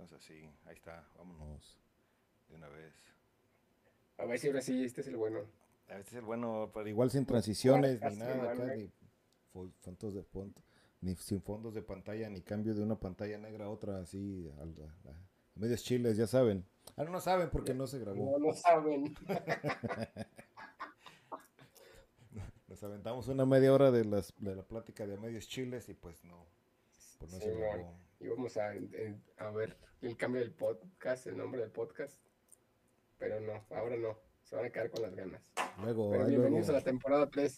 Entonces sí, ahí está, vámonos de una vez. A ver si ahora sí, este es el bueno. A veces es bueno, pero igual sin Me transiciones ni marcaste nada mal, acá, güey. ni ni sin fondos de pantalla, ni cambio de una pantalla negra a otra así a medios chiles, ya saben. Ah, no saben porque Ya, no se grabó. no saben. Nos aventamos una media hora de la plática de a medios chiles y pues no se Simón. grabó. Y vamos a ver el cambio del podcast, el nombre del podcast. Pero no, ahora no. Se van a quedar con las ganas. Luego, Pero ahí bienvenidos a luego, la temporada 3.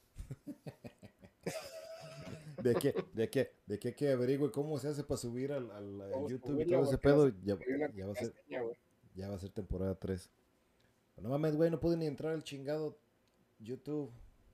de que averigüe cómo se hace para subir al Vamos a YouTube y todo subirlo, ese güey, que va a pedo, ser una ya va a ser, castaña, güey. ya va a ser temporada 3. No mames, güey, no pude ni entrar al chingado YouTube.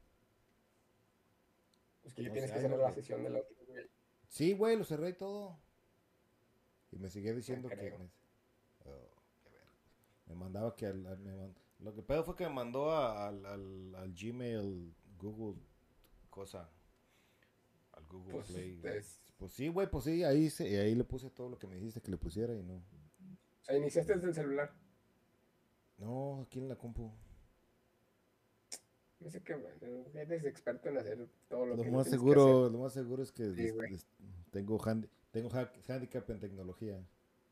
Pues que ya No sé, tienes que ahí cerrar lo, la sesión de la otra, güey. sí, güey, lo cerré y todo. Y me seguía No diciendo creo. oh, qué ver. Me mandaba que lo que pedo fue que me mandó al Gmail, Google, cosa, al Google Pues Play. es. Pues sí, güey, pues sí, ahí le puse todo lo que me dijiste que le pusiera y no. O sea, iniciaste desde el celular. No, aquí en la compu. No sé qué, güey. Eres experto en hacer todo lo que no tienes que hacer. Lo más seguro es que Sí, güey. handicap en tecnología,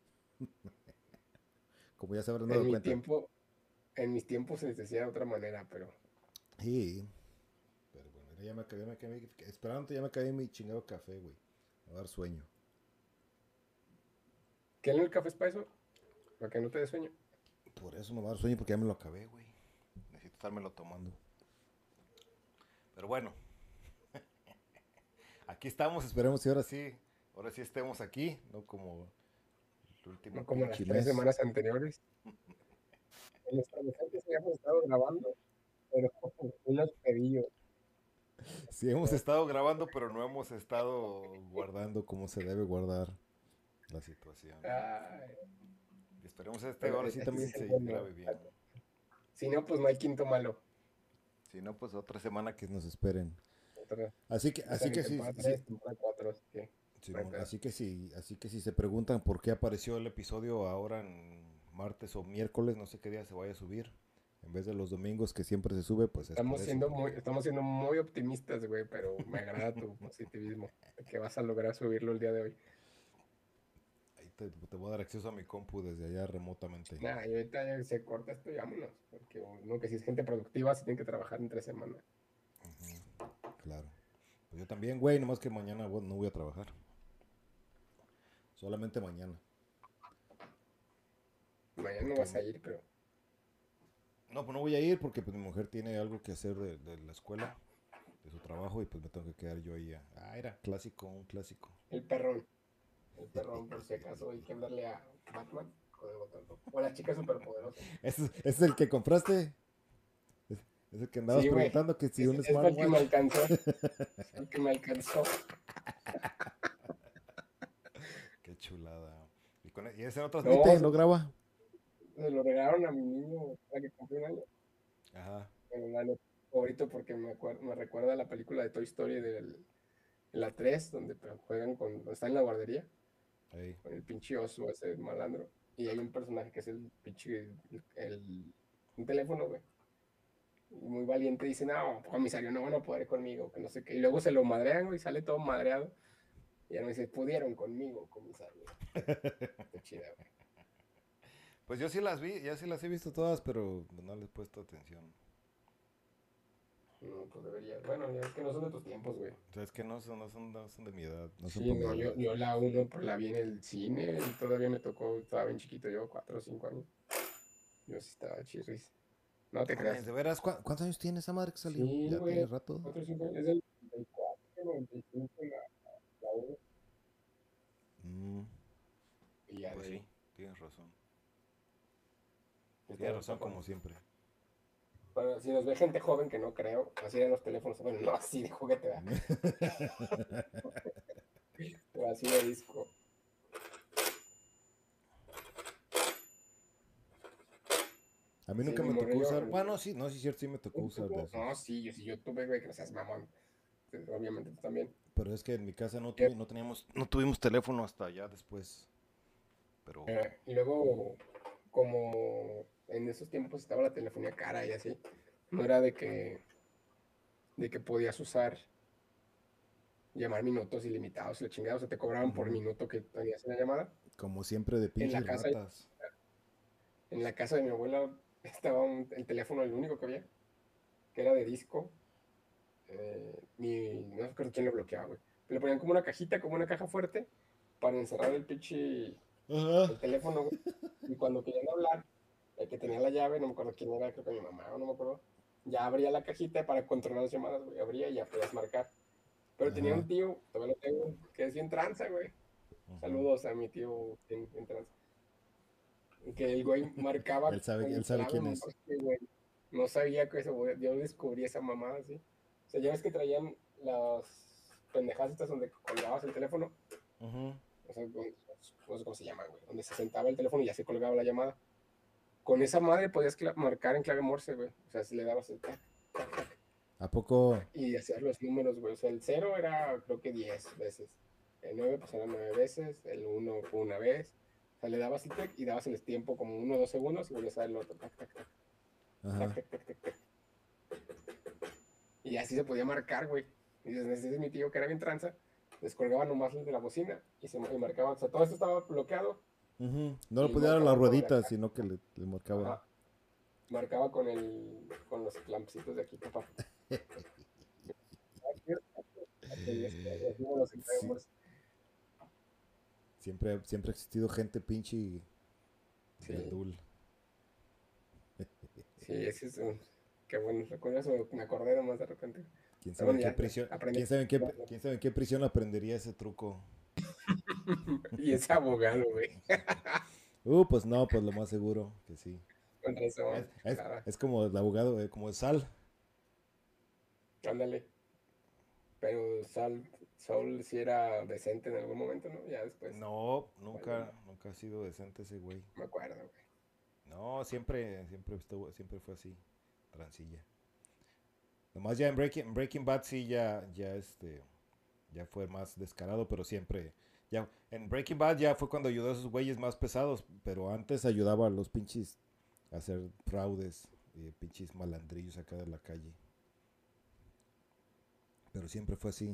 como ya se habrán En dado mi cuenta. tiempo, en mis tiempos se les decía de otra manera, pero. Sí, pero bueno, esperando ya me acabé mi chingado café, güey. Me va a dar sueño. ¿Qué en el café es para eso? Para que no te dé sueño. Por eso me va a dar sueño porque ya me lo acabé, güey. Necesito estármelo tomando. Pero bueno, aquí estamos, esperemos que ahora sí estemos aquí, no como el último No como las pinche tres mes. semanas anteriores. En nuestra mejor sí hemos estado grabando, pero unos pedillos. Sí, hemos estado grabando, pero no hemos estado guardando como se debe guardar la situación. Ay, Y esperemos pero ahora sí este también es el se bueno. grabe bien. Si no, pues no hay quinto malo. Si no, pues otra semana que nos esperen. Otra, ya Así saben, que sí, temporada sí, 3, temporada 4, así que no hay Simón, pedo. así que si se preguntan por qué apareció el episodio ahora en martes o miércoles, no sé qué día se vaya a subir, en vez de los domingos que siempre se sube, pues es por eso, porque Estamos siendo muy optimistas, güey, pero me agrada tu positivismo de que vas a lograr subirlo el día de hoy. ahí te voy a dar acceso a mi compu desde allá remotamente. Nada, y ahorita ya se corta esto y vámonos, porque uno que si es gente productiva, sí tiene que trabajar en 3 semanas. Claro. Pues yo también, güey, nomás que mañana no voy a trabajar. Solamente mañana. Mañana no Porque vas a ir, pero no, pues no voy a ir porque pues mi mujer tiene algo que hacer de la escuela, de su trabajo y pues me tengo que quedar yo ahí. Era clásico, un clásico. el perrón, el perrón, por si acaso hay que hablarle a Batman con el botón rojo. O a la chica superpoderosa. Ese es el que compraste. Es el que andabas Sí, güey, preguntando que si un ese fue el que me smartwatch. alcanzó, fue el que me alcanzó. Qué chulada. Y ese no transmite, No, no graba. se lo regalaron a mi niño para que cumplió un año. Ajá. Bueno, la neta, favorito porque me recuerda a la película de Toy Story la 3 donde juegan donde está en la guardería, Ahí. con el pinche oso, ese malandro. Y hay un personaje que es el pinche, un teléfono, güey. Y muy valiente dice, no, comisario, no van a poder conmigo, que no sé qué. Y luego se lo madrean, güey, y sale todo madreado. Y ya no dice, pudieron conmigo, comisario. Está chida, güey. Pues yo sí las vi, ya sí las he visto todas, pero no les he puesto atención. No, pues debería. Bueno, ya es que no son de tus tiempos, güey. O sea, es que no son de mi edad, no son Sí, por mi no, edad. yo la uno pues la vi en el cine y todavía me tocó, estaba bien chiquito yo, 4 o 5 años. Yo sí estaba chirris. No te No mames, creas. de veras, ¿cuántos años tiene esa madre que salió? Sí, Ya tiene güey, rato. 4 o 5 años. Es del 94, 95 la 1. Mm, Y ya de pues ahí. sí, tienes razón. Está Tienes bien, razón perrón. como siempre. Bueno, si nos ve gente joven que no creo, así de los teléfonos, bueno, no así de juguete, ¿verdad? O así de disco. A mí Sí, nunca mi me tocó morrillo. usar. Bueno, sí, no, sí, es cierto, sí me tocó ¿No usar de tuvo? No, esos. sí, yo tuve, güey, que no seas mamón. Obviamente tú también. Pero es que en mi casa Sí, no tuvimos teléfono hasta ya después. pero... Y luego, como en esos tiempos estaba la telefonía cara y así, no era de que podías usar, llamar minutos ilimitados, y la chingada, o sea, te cobraban por Ujú. minuto que tenías en la llamada. Como siempre de En la pinches casa, ratas. en la casa de mi abuela estaba el teléfono, el único que había, que era de disco. No recuerdo quién lo bloqueaba, güey. Le ponían como una cajita, como una caja fuerte, para encerrar el pinche, Ajá. el teléfono, güey. Y cuando querían hablar, el que tenía la llave, no me acuerdo quién era, creo que mi mamá, o no me acuerdo, ya abría la cajita para controlar las llamadas, güey. Abría y ya podías marcar. Pero tenía Ajá. un tío, todavía lo tengo, que es bien tranza, güey. Ujú. Saludos a mi tío en tranza. Que el güey marcaba Él con sabe clave quién es. Morse, güey. No sabía que eso, güey. Yo descubrí esa mamada, así. O sea, ya ves que traían las pendejadas estas donde colgabas el teléfono. Ujú. O sea, no sé cómo se llaman, güey. Donde se sentaba el teléfono y ya se colgaba la llamada. Con esa madre podías marcar en clave Morse, güey. O sea, si le dabas el tac, tac, tac, ¿A poco? y hacías los números, güey. O sea, el cero era, creo que 10 veces. El 9 pues eran 9 veces. El uno fue una vez. O sea, le dabas el tac y dabas el tiempo como 1 o 2 segundos y volvías a dar el otro. Tac, tac, tac, tac, Ajá. tac, tac, tac, tac. Y así se podía marcar, güey. Y dices, ese es mi tío que era bien tranza. Descolgaba nomás el de la bocina y marcaba. O sea, todo esto estaba bloqueado Ujú. No le y podía dar las marcaba con la rueditas, caja. sino que le marcaba. Ajá. Marcaba con los clampsitos de aquí, papá. Sí, siempre ha existido gente pinche y Sí, gandul. sí, ese es un... Qué bueno, recuerdo eso, me acordé nomás de repente. ¿Quién Pero sabe en bueno, qué ya, ya, prisión, aprendí. quién sabe en qué prisión aprendería ese truco? Y es abogado, güey. Pues no, pues lo más seguro que sí. Con razón, chulada. Es como el abogado, como el Sal. Ándale. Pero Saul sí era decente en algún momento, ¿no? Ya después. No, Vale, nunca ha sido decente ese güey. me acuerdo, güey. No, siempre fue así, transilla. Nomás ya en Breaking Bad sí ya fue más descarado, pero siempre, ya, en Breaking Bad ya fue cuando ayudó a esos güeyes más pesados, pero antes ayudaba a los pinches a hacer fraudes, pinches malandrillos acá de la calle. Pero siempre fue así.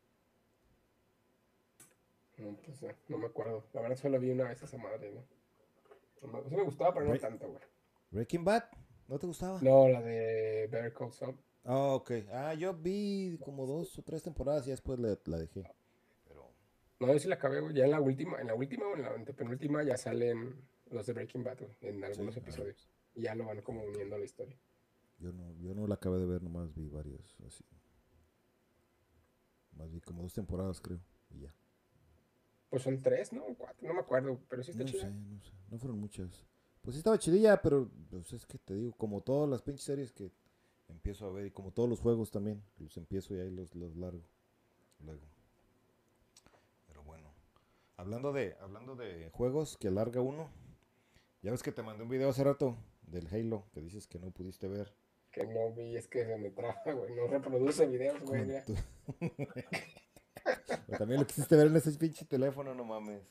No, pues no me acuerdo. La verdad solo vi una vez esa madre, ¿no? Sí me gustaba, pero no Bre- tanto, güey. Breaking Bad, ¿no te gustaba? No, la de Better Call Saul. Ah, ok. Yo vi como 2 o 3 temporadas y después la dejé. Pero No, yo sí la acabé, güey. Ya en la última o en la antepenúltima ya salen los de Breaking Bad, güey, en sí, algunos episodios. Y ya lo van como uniendo a la historia. yo no la acabé de ver, nomás vi varios así. Más vi como 2 temporadas, creo. Y ya. Pues son tres, ¿no? Cuatro, no me acuerdo, pero sí está No sé, chida. no sé. No fueron muchas. Pues sí estaba chidilla, pero pues es que te digo, como todas las pinches series que empiezo a ver y como todos los juegos también, los empiezo y ahí los largo luego. Pero bueno, hablando de juegos que larga uno, ya ves que te mandé un video hace rato del Halo que dices que no pudiste ver. Que no vi, es que se me traba, güey. No reproduce videos, güey, Con mira. tu... Pero también lo quisiste ver en ese pinche teléfono, no mames.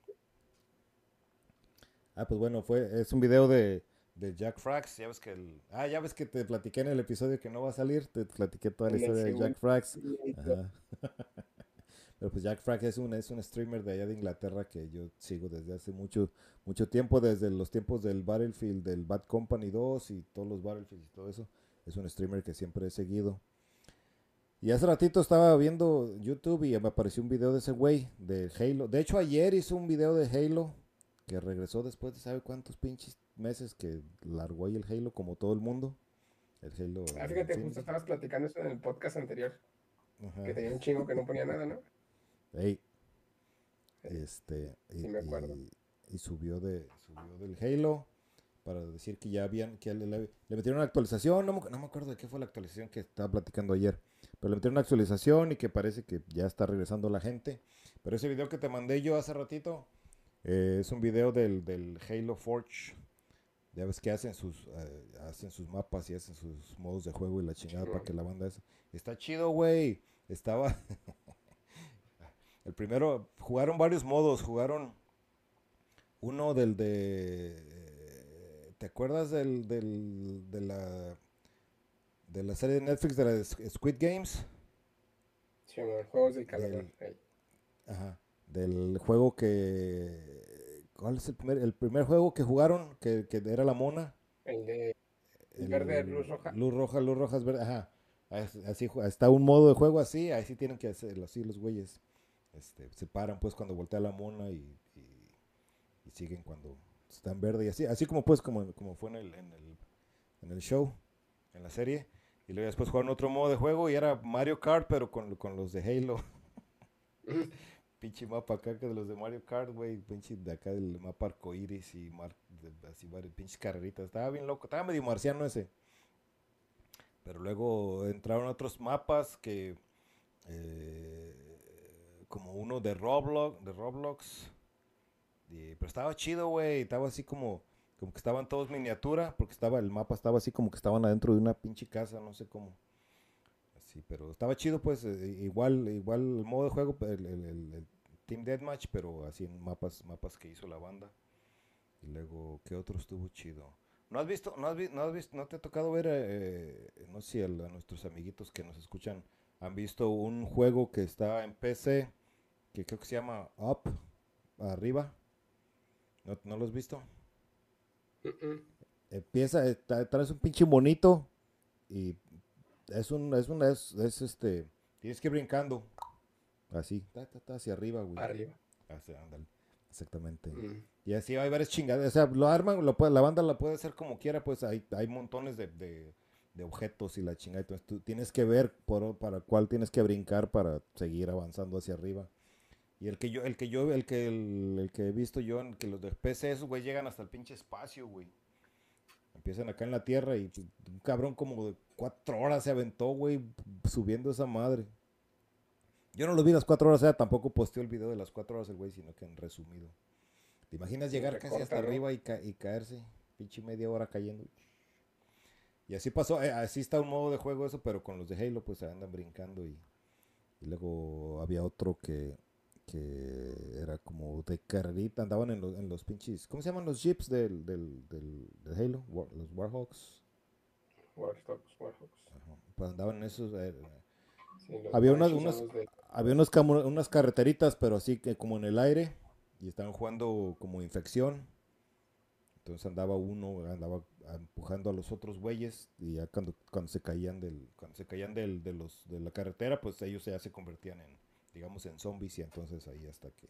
Pues bueno, es un video de Jack Frax. Ya ves que te platiqué en el episodio que no va a salir. Te platiqué toda la En el historia de Jack segundo. Frax. Ajá. Pero pues Jack Frax es un streamer de allá de Inglaterra que yo sigo desde hace mucho tiempo, desde los tiempos del Battlefield, del Bad Company 2 y todos los Battlefields y todo eso. Es un streamer que siempre he seguido. Y hace ratito estaba viendo YouTube y me apareció un video de ese güey, de Halo. De hecho, ayer hizo un video de Halo, que regresó después de sabe cuántos pinches meses que largó ahí el Halo, como todo el mundo. El Halo Fíjate, justo Infinity. estabas platicando eso en el podcast anterior, que Ajá. tenía un chingo que no ponía nada, ¿no? Ey, Sí, y, sí me acuerdo. y, y subió del Halo para decir que ya que le metieron una actualización. No me acuerdo de qué fue la actualización que estaba platicando ayer. Pero le metieron una actualización y que parece que ya está regresando la gente. Pero ese video que te mandé yo hace ratito es un video del Halo Forge. Ya ves que hacen sus mapas y hacen sus modos de juego y la chingada para Simón. que la banda esa. Está chido, güey. Estaba. El primero, jugaron varios modos. Jugaron Uno del de... ¿Te acuerdas de la serie de Netflix de la Squid Games? Sí, man, juegos del calamar. Del, Ahí. ajá, del juego que... ¿Cuál es el primer juego que jugaron? Que era la mona. El de verde, El luz roja. luz roja es verde. Ajá. Así, está un modo de juego así. Ahí sí tienen que hacerlo así los güeyes. Se paran pues cuando voltea la mona y siguen cuando está en verde y así. Así como pues como fue en el show, en la serie. Y luego después jugaron otro modo de juego y era Mario Kart, pero con los de Halo. Pinche mapa acá que de los de Mario Kart, güey. Pinche de acá del mapa arcoiris y así varias pinches carreritas. Estaba bien loco. Estaba medio marciano ese. Pero luego entraron otros mapas que. Como uno de Roblox. Pero estaba chido, güey. Estaba así como que estaban todos miniatura. Porque el mapa estaba así como que estaban adentro de una pinche casa, no sé cómo. Así, pero estaba chido, pues. Igual el modo de juego, el Team Deathmatch, pero así en mapas que hizo la banda. Y luego, ¿qué otro estuvo chido? ¿No te ha tocado ver, no sé si a nuestros amiguitos que nos escuchan han visto un juego que está en PC, que creo que se llama Up, arriba? ¿No lo has visto? Mm-mm. Traes un pinche monito y tienes que ir brincando, así, hacia arriba, güey. Arriba. Ándale, exactamente. Mm. Y así hay varias chingadas. O sea, lo arman, la banda la puede hacer como quiera, pues hay montones de objetos y la chingada. Entonces tú tienes que ver para cuál tienes que brincar para seguir avanzando hacia arriba. Y el que he visto yo, que los de PC, esos güey llegan hasta el pinche espacio, güey. Empiezan acá en la tierra y pues, un cabrón como de 4 horas se aventó, güey, subiendo esa madre. Yo no lo vi las 4 horas, o sea, tampoco posteó el video de las 4 horas el güey, sino que en resumido. ¿Te imaginas Lo llegar casi hasta recorta, ¿no? arriba y caerse? Pinche media hora cayendo. Y así pasó, así está un modo de juego eso, pero con los de Halo pues andan brincando y luego había otro que era como de carrerita, andaban en los pinches, ¿cómo se llaman los jeeps del Halo? Los Warhawks. Warhawks. Ajá, pues andaban en esos, Sí, los había Banshees son los de. había unas carreteritas, pero así que como en el aire, y estaban jugando como infección. Entonces andaba empujando a los otros güeyes y ya cuando se caían de la carretera, pues ellos ya se convertían digamos, en zombies y entonces ahí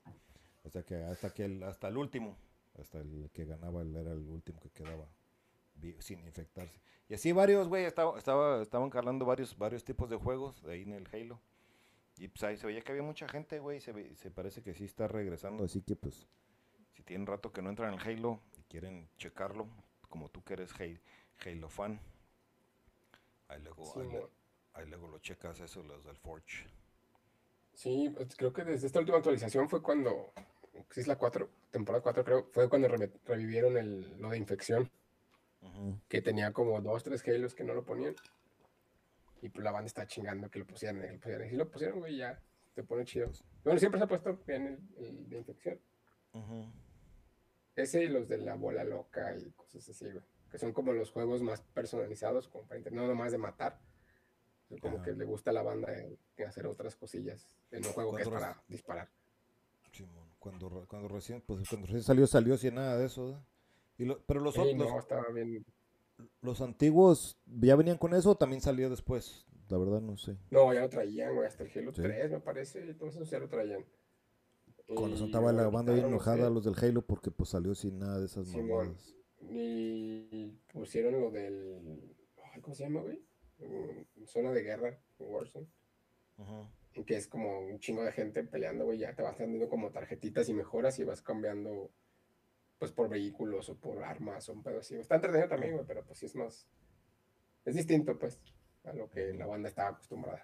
hasta el último, hasta el que ganaba era el último que quedaba sin infectarse. Y así varios, güey, estaban calando varios tipos de juegos de ahí en el Halo. Y pues ahí se veía que había mucha gente, güey, se parece que sí está regresando, así que pues si tienen rato que no entran en Halo y quieren checarlo, como tú que eres Halo fan, ahí luego, Sí, ahí luego lo checas eso, los del Forge. sí, pues creo que desde esta última actualización fue cuando. Sí, es la 4 temporada 4 creo. Fue cuando revivieron lo de infección. Ujú. Que tenía como dos, tres Halos que no lo ponían. Y pues la banda está chingando que lo pusieran, que lo pusieran. Y si lo pusieron, güey, ya se pone Y chido. pues, Bueno, siempre se ha puesto bien el de infección. ujú. Ese y los de la bola loca y cosas así, güey. Que son como los juegos más personalizados, como para no nomás de matar. Como Ajá. que le gusta a la banda hacer otras cosillas en un juego que es Cuando, para disparar. Simón, cuando recién salió sin nada de eso, ¿verdad? Pero Y no, estaba bien. los antiguos ya venían con eso o también salió después. La verdad no sé. No, ya lo traían, güey, hasta el Halo Sí. 3 me parece, y todos esos ya lo traían. Con razón Y estaba luego la lo banda bien quitaron, no enojada sé, los del Halo porque pues salió sin nada de esas Simón. mamadas. Y pusieron lo del. Ay, ¿cómo se llama, güey? Zona de guerra, Warzone. Ajá. Que es como un chingo de gente peleando, güey. Ya te vas dando como tarjetitas y mejoras y vas cambiando, pues, por vehículos o por armas o un pedo así. Está entretenido también, güey, pero pues sí es más. Es distinto, pues, a lo que la Ujú. banda estaba acostumbrada.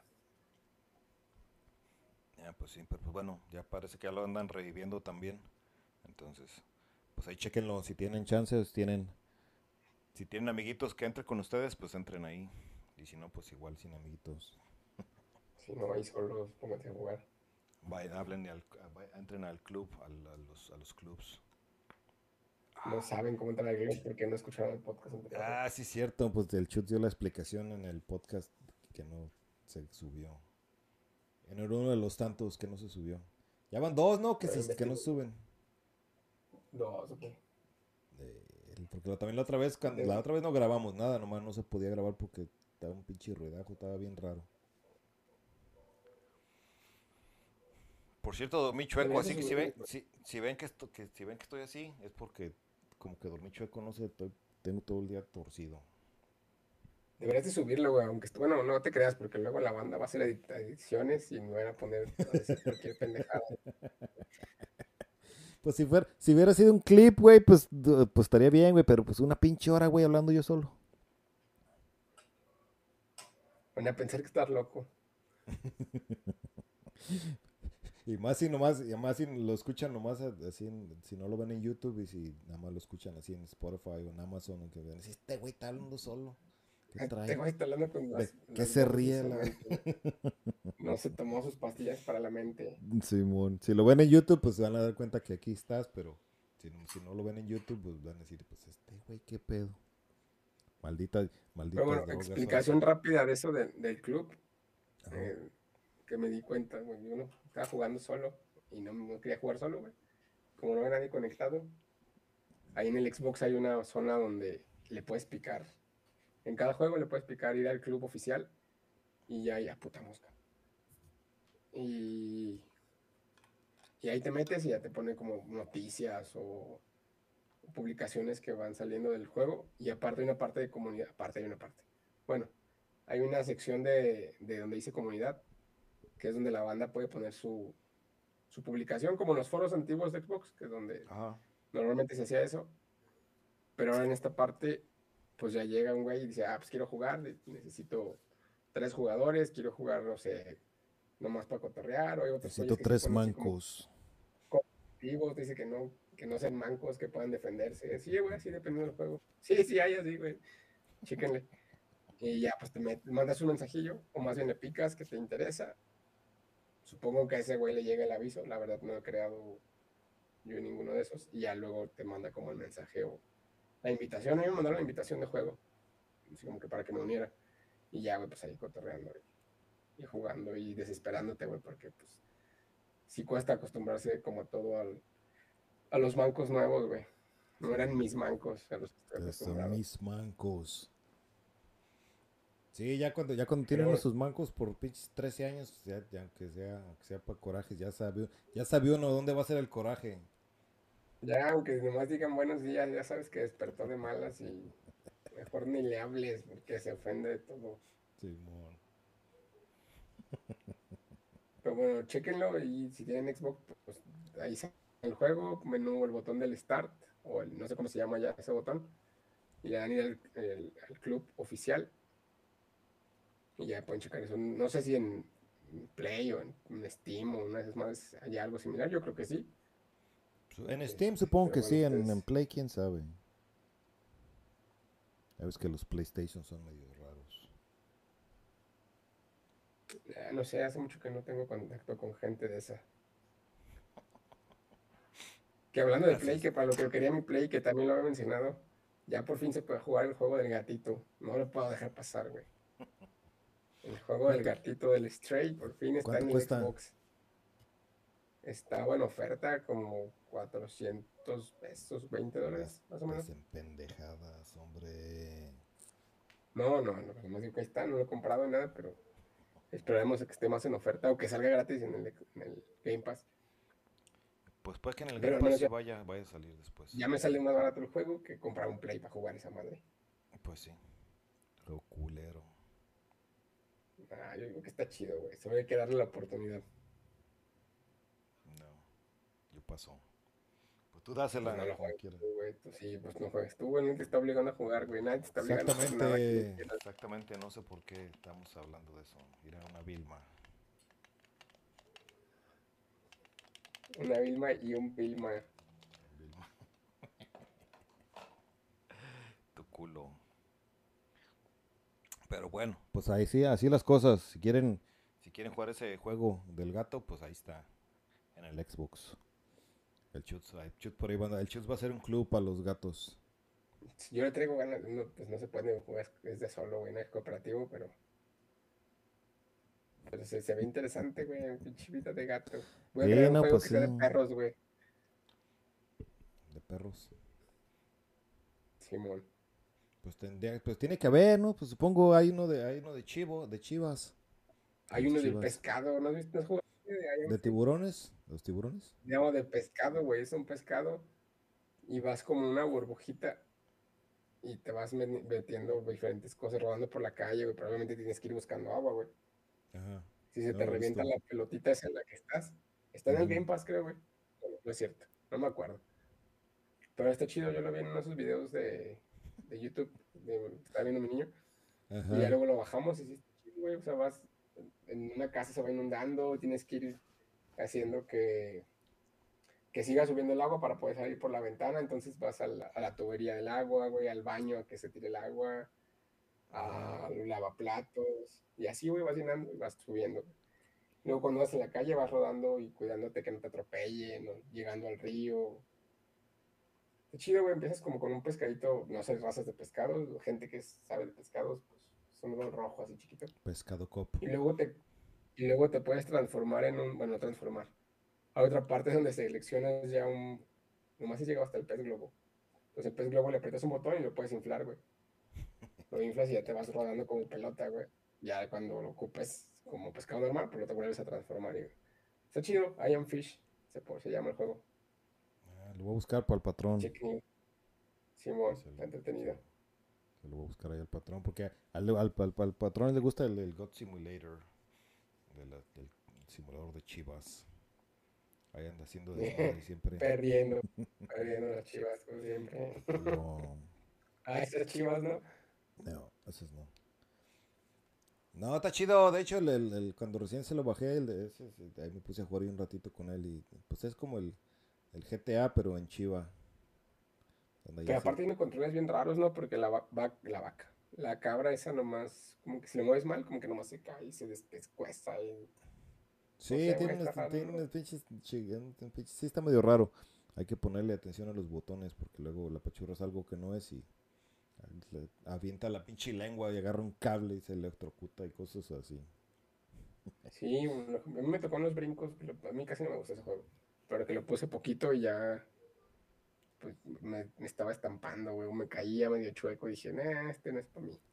Ya, pues sí, pero pues bueno, ya parece que ya lo andan reviviendo también. Entonces, pues ahí chequenlo. Si tienen amiguitos que entren con ustedes, pues entren ahí. Y si no, pues igual sin amiguitos. Si no, ahí solo pónganse a jugar. Vayan, entren al club, a los clubs. no saben cómo entrar al club porque no escucharon el podcast anterior, güey. Ah, sí, cierto. Pues el Chut dio la explicación en el podcast que no se subió. En uno de los tantos que no se subió. Ya van dos, ¿no? Pero Que no investigo suben. dos, ok. Porque también la otra vez no grabamos nada, nomás no se podía grabar porque estaba un pinche ruidajo, estaba bien raro. Por cierto, dormí chueco, Deberías de así que subirlo. si ven si ven que estoy así, es porque como que dormí chueco, no sé, tengo todo el día torcido. Deberías de subirlo, güey, aunque bueno, no te creas, porque luego la banda va a hacer ediciones y me van a poner a decir cualquier pendejada. Pues si hubiera sido un clip, güey, pues estaría bien, güey, pero pues una pinche hora, güey, hablando yo solo. Van a pensar que estás loco. Y más si lo escuchan nomás así, si no lo ven en YouTube y si nada más lo escuchan así en Spotify o en Amazon, que ven, este güey está hablando solo, ¿qué Este trae? güey está hablando con ¿De qué las se voces de ríe su la? mente. No se tomó sus pastillas para la mente. Simón, si lo ven en YouTube, pues se van a dar cuenta que aquí estás, pero si no lo ven en YouTube, pues van a decir, pues este güey, qué pedo. Malditas, Pero malditas bueno, drogas son. explicación rápida de eso del club, Ajá. eh, que me di cuenta, güey. Yo no estaba jugando solo y no quería jugar solo, güey. Como no había nadie conectado, ahí en el Xbox hay una zona donde le puedes picar. En cada juego le puedes picar ir al club oficial y ya, puta mosca. Y, y ahí te metes y ya te pone como noticias o publicaciones que van saliendo del juego. Y aparte hay una parte de comunidad. Aparte hay una parte. Bueno, hay una sección de donde dice comunidad, que es donde la banda puede poner su publicación, como en los foros antiguos de Xbox, que es donde Ajá. normalmente se hacía eso. Pero ahora en esta parte, pues ya llega un güey y dice, ah, pues quiero jugar, necesito 3 jugadores, quiero jugar, no sé, nomás para cotorrear, o hay otros Necesito güeyes que sí tres ponen así como mancos. competitivos, dice que no sean mancos, que puedan defenderse. Sí, güey, sí, dependiendo del juego. Sí, sí, hay así, güey. Chéquenle. Y ya, pues mandas un mensajillo, o más bien le picas que te interesa. Supongo que a ese güey le llega el aviso. La verdad, no he creado yo ninguno de esos. Y ya luego te manda como el mensaje o la invitación. A mí me mandaron la invitación de juego. Así como que para que me uniera. Y ya, güey, pues ahí cotorreando y jugando y desesperándote, güey, porque pues sí cuesta acostumbrarse como todo a los mancos nuevos, güey. No eran mis Sí, mancos a los que estoy estos son acostumbrado. mis mancos. Sí, ya cuando Pero tienen a bueno, sus mancos por pinches 13 años, ya aunque sea para corajes, ya sabe uno dónde va a ser el coraje. ya aunque nomás digan buenos días, ya sabes que despertó de malas y mejor ni le hables porque se ofende de todo. Simón. Pero bueno, chéquenlo y si tienen Xbox, pues ahí sale el juego, menú, el botón del Start, o no sé cómo se llama ya ese botón, y le dan ir al club oficial y ya pueden checar eso. No sé si en Play o en Steam o una vez más hay algo similar, yo creo que sí. En Steam supongo Pero que bueno, sí, en ustedes, Play quién sabe. Ya ves que los PlayStation son medio raros. no sé, hace mucho que no tengo contacto con gente de esa. Que hablando de Play, Gracias. que para lo que quería mi Play, que también lo había mencionado, ya por fin se puede jugar el juego del gatito. No lo puedo dejar pasar, güey. El juego del ¿Cuánto, gatito del Stray por fin está cuánto en el cuesta? Xbox. Estaba en oferta como 400 pesos, No $20 más o menos. estés en pendejadas, hombre. No, más digo que ahí está, no lo he comprado ni nada, pero esperemos a que esté más en oferta o que salga gratis en el Game Pass. Pues puede que en el Game Pero al Pass menos sí ya, vaya a salir después. ya me sale más barato el juego que comprar un Play para jugar esa madre. Pues sí, lo culero. Ah, yo digo que está chido, güey. Solo hay que darle la oportunidad. No, yo paso. Pues tú Pues dásela no lo como juegues quieras. tú, güey. Tú sí, pues no juegues tú, güey. Nadie te está obligando a jugar, güey. Nadie te está obligando a hacer nada que no quieras. Exactamente, no sé por qué estamos hablando de eso. Ir a una Vilma. Una Vilma y un Vilma. Vilma, tu culo. Pero bueno, pues ahí sí, así las cosas. Si quieren jugar ese juego del gato, pues ahí está, en el Xbox. El Chutz por ahí va, el Chutz va a ser un club para los gatos. Yo le traigo ganas, no, pues no se puede jugar, es de solo, güey, no es cooperativo, pero se ve interesante, güey, un pinche vida de gato. Voy a Sí, crear un no, juego pues que sí, sea de perros, güey. de perros. Simón. Pues tendría, pues tiene que haber, ¿no? Pues supongo hay uno de chivo, de chivas. De Hay los uno del chivas. pescado, ¿no has visto? ¿No has jugado de Iron ¿De Fist? tiburones? ¿Los tiburones? No, de pescado, güey, es un pescado y vas como una burbujita y te vas metiendo diferentes cosas rodando por la calle, güey. Probablemente tienes que ir buscando agua, güey. Ajá. Si se No te lo he revienta visto. la pelotita esa en la que estás, está en el Ujú. Game Pass, creo, güey. Bueno, no es cierto, no me acuerdo. Pero está chido, yo lo vi en uno de esos videos de YouTube, estaba viendo mi niño, y ya Ajá. luego lo bajamos y sí está chido, güey. O sea, vas en una casa, se va inundando, tienes que ir haciendo que siga subiendo el agua para poder salir por la ventana, entonces vas a la tubería del agua, güey, al baño a que se tire el agua, Ah, al lavaplatos, y así, güey, vas llenando y vas subiendo. Luego cuando vas en la calle vas rodando y cuidándote que no te atropellen, o llegando al río. Qué chido, güey, empiezas como con un pescadito, no sé, razas de pescados, gente que sabe de pescados, pues son unos rojos así chiquitos. pescado cop. Y luego te puedes transformar en un, bueno, no transformar. A otra parte es donde seleccionas ya nomás si llegado hasta el pez globo. Entonces el pez globo le aprietas un botón y lo puedes inflar, güey. Lo inflas y ya te vas rodando como pelota, güey. Ya cuando lo ocupes como pescado normal, pues lo te vuelves a transformar. Está chido, I Am Fish, se llama el juego. Ah, lo voy a buscar para el patrón. Check Simón, Se lo, está se entretenido. lo- se lo voy a buscar ahí al patrón. Porque al patrón le gusta el God Simulator. Del simulador de chivas. Ahí anda haciendo desmadre siempre. Perdiendo, perdiendo las chivas, como siempre. Simón. Ah, esas chivas, ¿no? No, esos no. No, está chido. De hecho, cuando recién se lo bajé, ahí me puse a jugar ahí un ratito con él. Y pues es como el GTA, pero en Chiva. Anda ahí Pero así. aparte tiene controles bien raros, ¿no? Porque la vaca, la cabra esa nomás, como que si le mueves mal, como que nomás se cae y se descuesta y no Sí, sé, güey, está raro, tiene ¿no? unos sí, está medio raro. Hay que ponerle atención a los botones porque luego la pachurra es algo que no es y le avienta la pinche lengua y agarra un cable y se electrocuta y cosas así. Sí, a mí me tocó en los brincos, a mí casi no me gusta ese juego. Pero que lo puse poquito y ya, pues me estaba estampando, güey, me caía medio chueco y dije, nah, este no es para mí.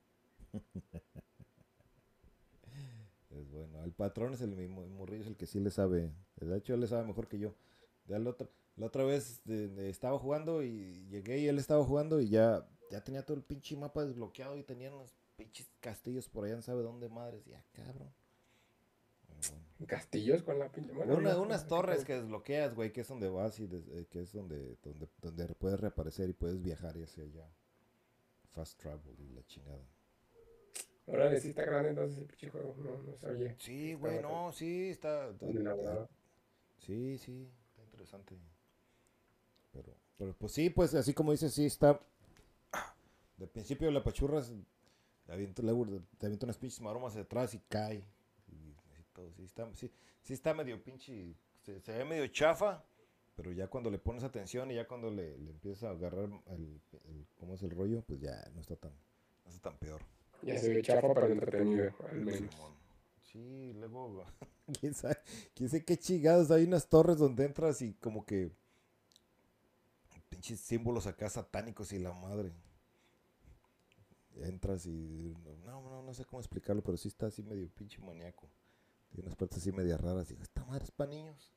Es bueno. El patrón es el mismo, el morrillo es el que sí le sabe. De hecho, él le sabe mejor que yo. Ya la otra vez estaba jugando y llegué y él estaba jugando y ya tenía todo el pinche mapa desbloqueado y tenía unos pinches castillos por allá, no sabe dónde madres. Ya, cabrón. Pero bueno. Castillos con la pinche, bueno, no me acuerdo Unas de qué torres juego. que desbloqueas, güey, que es donde vas y que es donde puedes reaparecer y puedes viajar y hacia allá. Fast travel y la chingada. Órale, sí está grande entonces el pinche juego, no sabía que Sí, güey, estaba tan, no, sí, tan elaborado. sí, sí, está interesante. Pero pues sí, pues así como dices, sí está. De principio la pachurra luego te avienta unas pinches maromas atrás y cae. Y todo, sí está medio pinche. Se ve medio chafa, pero ya cuando le pones atención y ya cuando le empiezas a agarrar cómo es el rollo, pues ya no está tan peor. Ya se ve chafa, pero entretenido, al menos. Simón. Sí, luego, quién sabe, quién sabe qué chingados. Hay unas torres donde entras y como que pinches símbolos acá satánicos y la madre. Entras y no sé cómo explicarlo, pero sí está así medio pinche maníaco. Tiene unas partes así medio raras. Digo, esta madre es para niños.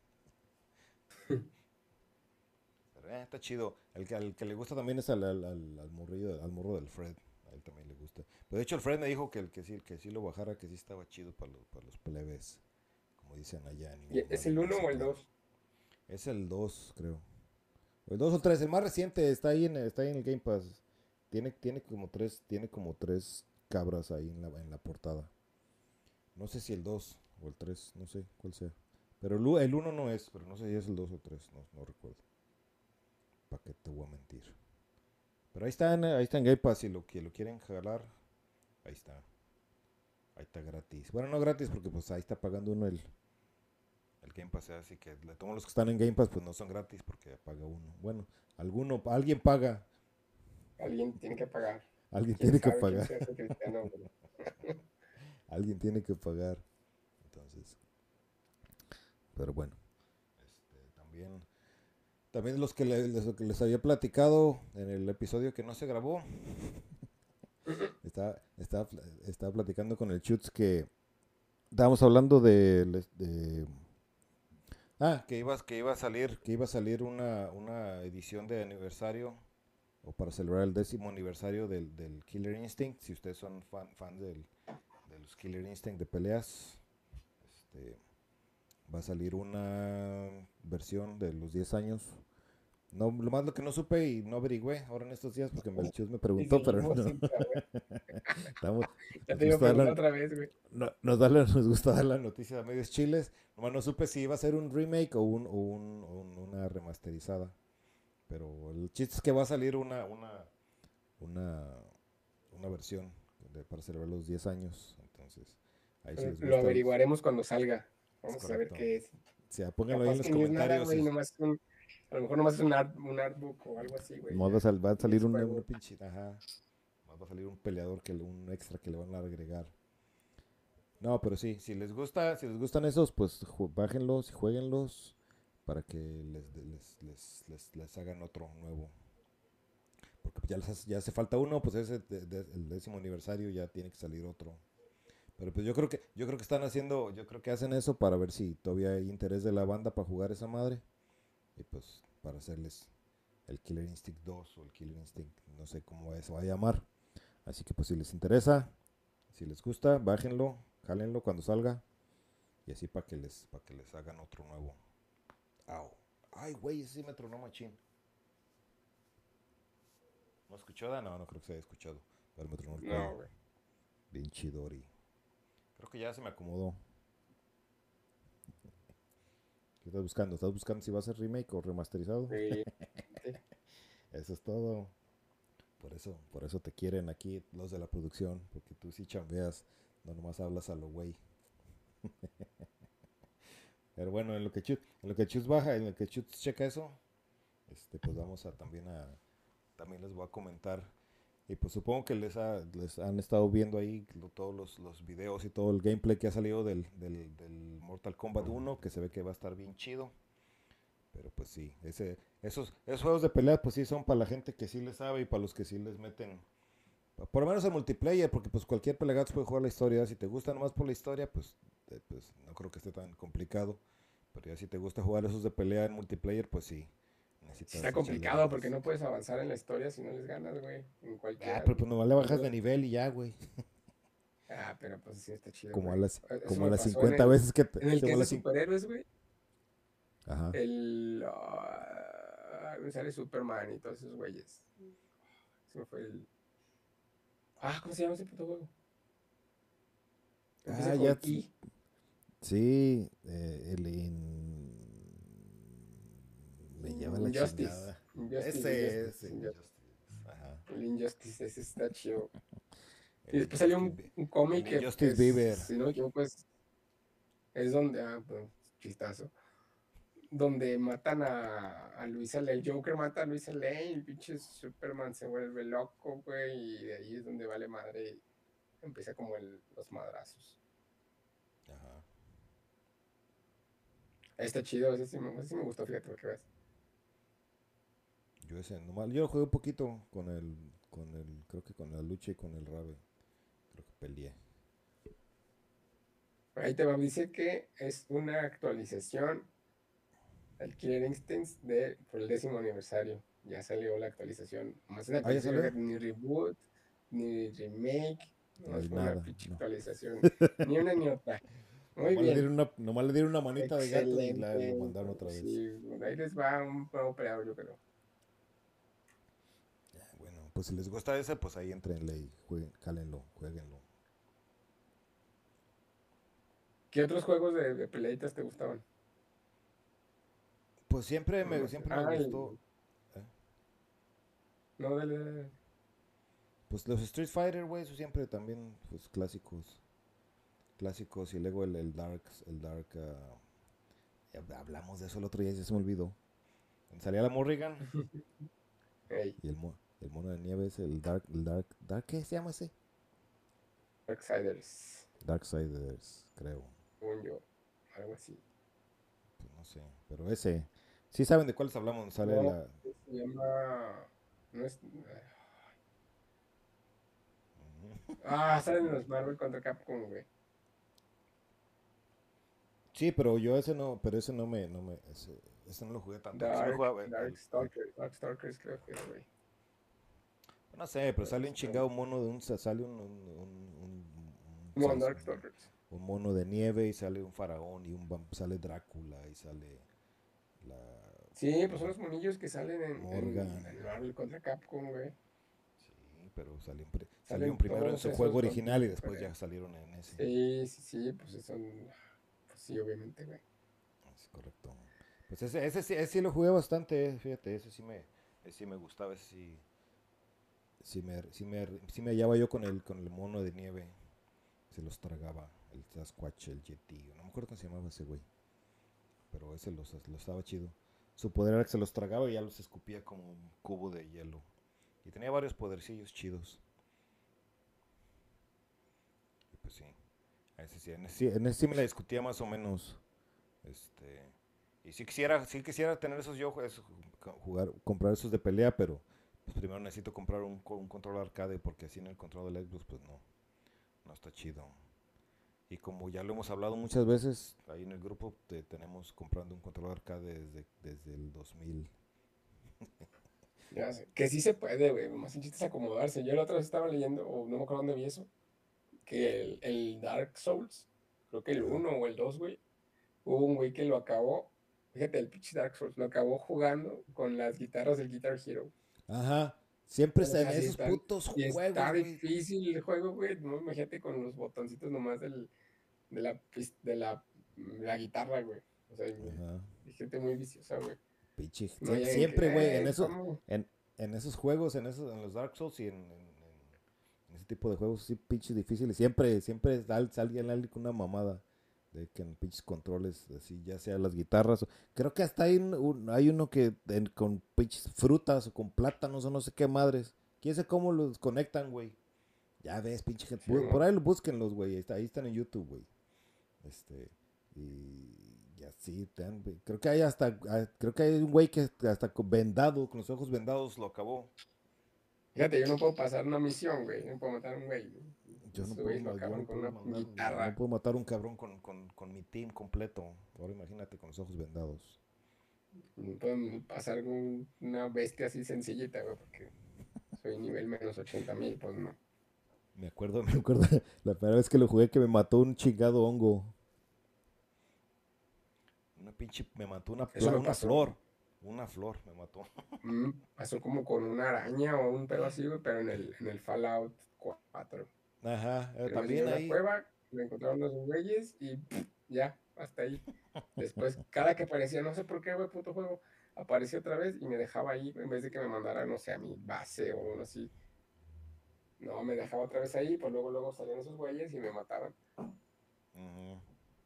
Pero, está chido. Al que le gusta también es al morrillo, al morro del Fred. A él también le gusta. Pero de hecho el Fred me dijo que sí lo bajara, que sí estaba chido para los plebes. Como dicen allá ¿Es en el uno o el Mazatlán. 2? Es el 2 creo. O el 2 o el 3, el más reciente, está ahí en el Game Pass. Tiene como tres cabras ahí en la portada. No sé si el 2 o el 3, no sé cuál sea. Pero el uno no es, pero no sé si es el 2 o 3, no recuerdo. ¿Para qué te voy a mentir? Pero ahí está en Game Pass, si que lo quieren jalar, ahí está. Ahí está gratis. Bueno, no gratis porque pues ahí está pagando uno el Game Pass, así que todos los que están en Game Pass pues no son gratis porque paga uno. Bueno, alguien paga, Alguien tiene que pagar. alguien ¿Quién tiene que sabe quién pagar, sea ese cristiano, güey? alguien tiene que pagar. Entonces, pero bueno, también lo que les había platicado en el episodio que no se grabó, estaba, estaba, estaba platicando con el Chutz que estábamos hablando que iba a salir una edición de aniversario o para celebrar el 10º aniversario del Killer Instinct. Si ustedes son fans de los Killer Instinct de peleas, este, va a salir una versión de los 10 años. No, lo más lo que no supe y no averigüé ahora en estos días porque el Chus me Y preguntó, pero seguimos no. sin saber. Estamos, Ya nos te iba a gusta dar preguntar la, otra vez, güey. nos gusta dar la noticia a medios chiles. Nomás no supe si iba a ser un remake o una remasterizada. Pero el chiste es que va a salir una, una versión para celebrar los 10 años. Entonces, ahí si les Lo gusta, averiguaremos cuando salga. es Vamos a saber correcto. qué es. O sea, pónganlo ahí en Capaz los que ni es nada, comentarios. güey. A lo mejor nomás es un artbook o algo así, güey. No Ya. va a Y salir es una juego. pinche. Ajá. Va a salir un peleador, un extra que le van a agregar. No, pero sí, si les gustan esos, pues bájenlos y jueguenlos para que les hagan otro nuevo. Porque ya hace falta uno, pues el 10º aniversario ya tiene que salir otro. Pero pues yo creo que hacen eso para ver si todavía hay interés de la banda para jugar esa madre. Y pues para hacerles el Killer Instinct 2 o el Killer Instinct, no sé cómo se va a llamar. Así que pues si les interesa, si les gusta, bájenlo, jálenlo cuando salga. Y así para que les hagan otro nuevo. Au. Ay, güey, ese sí me tronó machín. ¿No escuchó? No, no creo que se haya escuchado. Pero me tronó el cuello. No, güey. Bien chidori. Creo que ya se me acomodó. ¿Qué estás buscando? ¿Estás buscando si va a ser remake o remasterizado? Sí, sí. Eso es todo. Por eso te quieren aquí los de la producción. Porque tú sí chambeas. No nomás hablas a lo güey. Pero bueno, en lo que Chus baja, en lo que Chus checa eso, pues vamos a también les voy a comentar. Y pues supongo que les han estado viendo ahí todos los videos y todo el gameplay que ha salido del Mortal Kombat 1, que se ve que va a estar bien chido. Pero pues sí, esos juegos de pelea pues sí son para la gente que sí les sabe y para los que sí les meten. Por lo menos el multiplayer, porque pues cualquier pelegato puede jugar la historia. Si te gusta nomás por la historia, pues no creo que esté tan complicado. Pero ya si te gusta jugar esos de pelea en multiplayer, pues sí, Sí necesitas está echarle complicado porque ganas. no puedes avanzar en la historia si no les ganas, güey. En Ah, cualquiera, pero güey. pues nomás le Por bajas de ejemplo, nivel y ya, güey. pero pues sí está chido, Como a güey. las, Eso como a me las pasó en 50 veces en el que como a es de las superhéroes, güey. Ajá. Me sale Superman y todos esos güeyes. Se me fue el. ¿Cómo se llama ese puto juego? Ah, Empieza con I. sí, me lleva la Injustice. chingada. Injustice, Injustice, Ese, Injustice. ajá. El Injustice, ese está chido. Y El después salió Injustice, un el cómic que Injustice es, Beaver. si no me equivoco, es donde, pues, chistazo, donde matan a Luisa Lane. El Joker mata a Luisa Lane, el pinche Superman se vuelve loco, güey, y de ahí es donde vale madre y empieza como los madrazos. Ajá. Está chido, ese sí me gustó, fíjate lo que ves. Yo lo jugué un poquito creo que con la lucha y con el Rabe. Creo que peleé. Ahí te va, dice que es una actualización al Killer Instincts por el 10º aniversario. Ya salió la actualización. Más una Ah, ¿ya actualización, salió? fíjate, ni reboot, ni remake. No Nomás hay fue una nada, pinche no. actualización. Ni una ni otra. Muy bien. Nomás le dieron una manita de gato y lo Excelente. mandaron otra vez. Sí, ahí les va un nuevo operador, yo creo. Bueno, pues si les gusta ese, pues ahí entrenle y cálenlo, jueguenlo. ¿Qué otros juegos de peleitas te gustaban? Pues No sé. siempre me gustó. ¿Eh? No, dale. Pues los Street Fighter, güey, eso siempre también, pues clásicos. Clásicos y luego el Dark, Hablamos de eso el otro día, ya se me olvidó. Salía la Morrigan Ey, y el mono de nieve es el Dark, ¿qué se llama ese? Darksiders, Darksiders, creo. según yo, algo así. Pues no sé, pero ese. Sí saben de cuáles hablamos, sale No, la... se llama. No es. Salen los Marvel contra Capcom, güey. Sí, pero yo ese no, pero ese no lo jugué tanto. Sí me jugaba Darkstalkers creo que, güey. no sé, pero Creo que sale un se llama. chingado mono de sale Bueno, Darkstalkers. un mono de nieve y sale un faraón y sale Drácula y sale la Sí, pues son los monillos que salen Morgan. en Marvel contra Capcom, güey. Sí, pero salieron Salen primero en todos su juego esos original y contra después ya diferentes. salieron en ese. Sí, pues son. Pues sí, obviamente, güey. Es correcto. Pues ese sí lo jugué bastante, fíjate, ese sí me gustaba, ese sí me hallaba yo con el mono de nieve. Se los tragaba, el Sasquatch, el Yeti, no me acuerdo cómo se llamaba ese güey, pero ese los estaba chido. Su poder era que se los tragaba y ya los escupía como un cubo de hielo. Y tenía varios podercillos chidos. Y pues sí, en ese sí me la discutía más o menos. Este, y sí quisiera tener esos yo, comprar esos de pelea, pero pues primero necesito comprar un control arcade porque así en el control del Xbox pues no está chido. Y como ya lo hemos hablado muchas veces, ahí en el grupo tenemos comprando un control arcade desde el 2000. Ya sé. Que sí se puede, güey. Más el chiste es acomodarse. Yo la otra vez estaba leyendo, o no me acuerdo dónde vi eso, que el Dark Souls, creo que el Ajá. uno o el 2 güey, hubo un güey que lo acabó. Fíjate, el pitch Dark Souls lo acabó jugando con las guitarras del Guitar Hero. Ajá. Siempre O está en sea, esos putos si juegos, está güey. difícil el juego, güey. No, imagínate con los botoncitos nomás de la guitarra, güey. O sea, Ajá. hay gente muy viciosa, güey. Pinche. No hay alguien que, Siempre, güey, ¿cómo? en esos juegos, en los Dark Souls y en ese tipo de juegos así pinches difíciles, siempre sale alguien con una mamada de que en pinches controles, así, ya sea las guitarras. Creo que hasta hay uno que con pinches frutas o con plátanos o no sé qué madres. ¿Quién sabe cómo los conectan, güey? Ya ves, pinche gente. Sí, Por ¿no? ahí búsquenlos, güey. Ahí están en YouTube, güey. Este, y así, creo que creo que hay un güey que hasta vendado, con los ojos vendados, lo acabó. Fíjate, yo no puedo pasar una misión, güey. No puedo matar a un güey. Yo no Esos puedo, güeyes lo yo no acaban con puedo una mandar, no guitarra. puedo matar un cabrón con mi team completo. Ahora imagínate con los ojos vendados. No puedo pasar con una bestia así sencillita, güey, porque soy nivel -80,000, pues no. Me acuerdo la primera vez que lo jugué que me mató un chingado hongo. Me mató Eso me una pasó. flor. Una flor me mató. Pasó como con una araña o un pedo así, güey, pero en el Fallout 4. Ajá, Que me llegué a también una ahí. cueva, me encontraron los güeyes y ya, hasta ahí. Después, cada que aparecía, no sé por qué, güey, puto juego, aparecía otra vez y me dejaba ahí, güey, en vez de que me mandara, no sé, a mi base o algo así. No, me dejaba otra vez ahí, pues luego salían esos güeyes y me mataban. Ujú.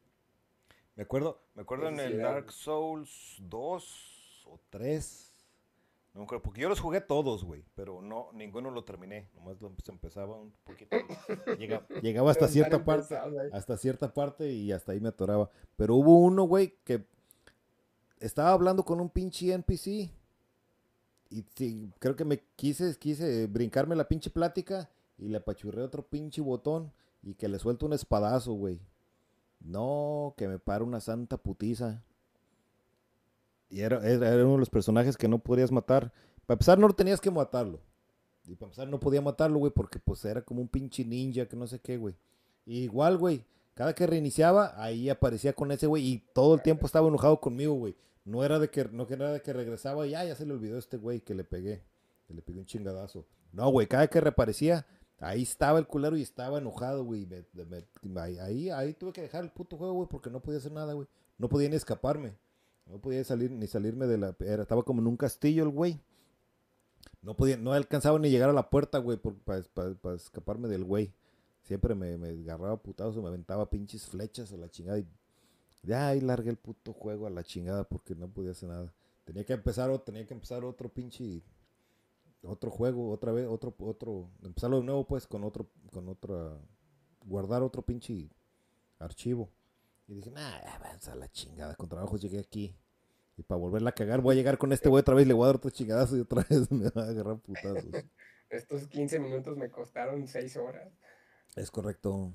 Me acuerdo Ese en sí el era. Dark Souls 2 o 3. No me acuerdo, porque yo los jugué todos, güey, pero no, ninguno lo terminé. Nomás empezaba un poquito y llegaba Están empezados ahí. hasta cierta parte y hasta ahí me atoraba. Pero hubo uno, güey, que estaba hablando con un pinche NPC y sí, creo que quise brincarme la pinche plática y le apachurré otro pinche botón y que le suelto un espadazo, güey. No, que me para una santa putiza. Y era uno de los personajes que no podías matar. Para empezar, no tenías que matarlo. Y para empezar, no podía matarlo, güey, porque pues era como un pinche ninja que no sé qué, güey. Y igual, güey, cada que reiniciaba, ahí aparecía con ese güey y todo el tiempo estaba enojado conmigo, güey. No que era de que regresaba y ya se le olvidó este güey que le pegué. Que le pegué un chingadazo. No, güey, cada que reaparecía, ahí estaba el culero y estaba enojado, güey. Ahí tuve que dejar el puto juego, güey, porque no podía hacer nada, güey. No podía ni escaparme. No podía salir ni salirme de la... estaba como en un castillo el güey. No alcanzaba ni llegar a la puerta, güey, para escaparme del güey. Siempre me agarraba putados o me aventaba pinches flechas a la chingada y Ya ahí largué el puto juego a la chingada porque no podía hacer nada. Tenía que empezar otro pinche, otro juego, otra vez, empezarlo de nuevo pues con otra, guardar otro pinche archivo. Y dije, nah, vamos a la chingada, con trabajo llegué aquí. Y para volverla a cagar, voy a llegar con este güey otra vez, le voy a dar otro chingadazo y otra vez me va a agarrar putazos. Estos 15 minutos me costaron 6 horas. Es correcto.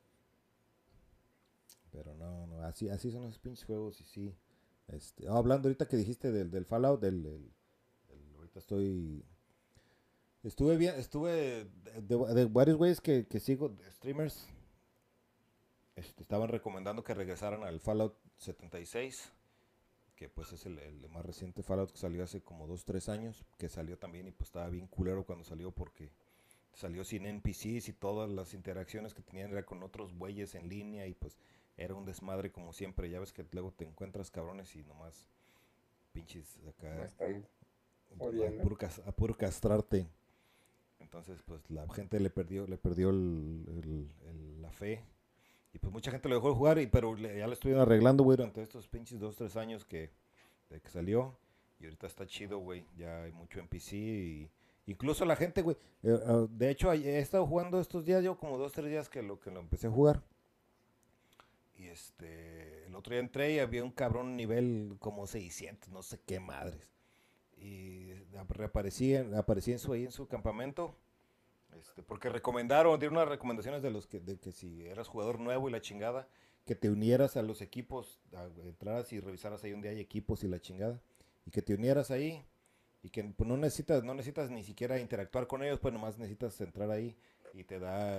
Pero no, así son los pinches juegos y sí. Hablando ahorita que dijiste del Fallout, ahorita estuve bien, de varios güeyes que sigo, de streamers, estaban recomendando que regresaran al Fallout 76, que pues es el más reciente Fallout que salió hace como 2 3 años, que salió también y pues estaba bien culero cuando salió porque salió sin NPCs y todas las interacciones que tenían era con otros güeyes en línea y pues era un desmadre como siempre. Ya ves que luego te encuentras cabrones y nomás pinches Me acá están jodiendo. a puro castrarte. Entonces pues la gente le perdió la fe. Y pues mucha gente lo dejó de jugar, pero ya lo estuvieron arreglando, güey, durante estos pinches 2 3 años de que salió. Y ahorita está chido, güey. Ya hay mucho NPC y incluso la gente, güey. De hecho, he estado jugando estos días, yo como 2 3 días que lo empecé a jugar. Y el otro día entré y había un cabrón nivel como 600, no sé qué madres. Y aparecí ahí en su campamento. Porque dieron unas recomendaciones de que si eras jugador nuevo y la chingada, que te unieras a los equipos, entraras y revisaras ahí donde hay equipos y la chingada, y que te unieras ahí, y que pues, no necesitas ni siquiera interactuar con ellos, pues nomás necesitas entrar ahí y te da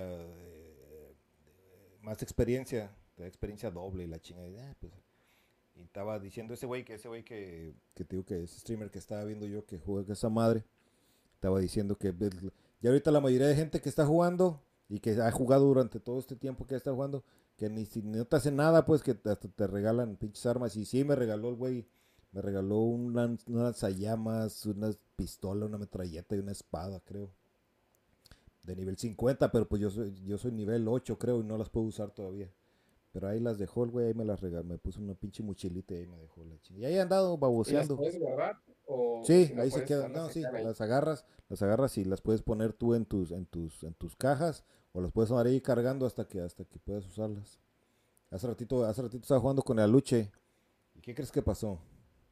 más experiencia, te da experiencia doble y la chingada, pues, y estaba diciendo ese güey que te digo que es streamer que estaba viendo yo que juega esa madre, estaba diciendo que pues, ya ahorita la mayoría de gente que está jugando y que ha jugado durante todo este tiempo que está jugando, que ni si no te hacen nada, pues que hasta te regalan pinches armas. Y sí, me regaló el güey, me regaló unas lanzallamas, una pistola, una metralleta y una espada, creo. De nivel 50, pero pues yo soy nivel 8, creo, y no las puedo usar todavía. Pero ahí las dejó el güey, ahí me las regaló, me puso una pinche mochilita y ahí me dejó la chingada. Y ahí he andado ¿Y las baboseando. puedes guardar? O Sí, si no ahí se puedes quedan. usarlas, No, se sí, quedan ahí. las agarras y las puedes poner tú en tus cajas o las puedes andar ahí cargando hasta que puedas usarlas. Hace ratito estaba jugando con el Aluche. ¿Y qué crees que pasó?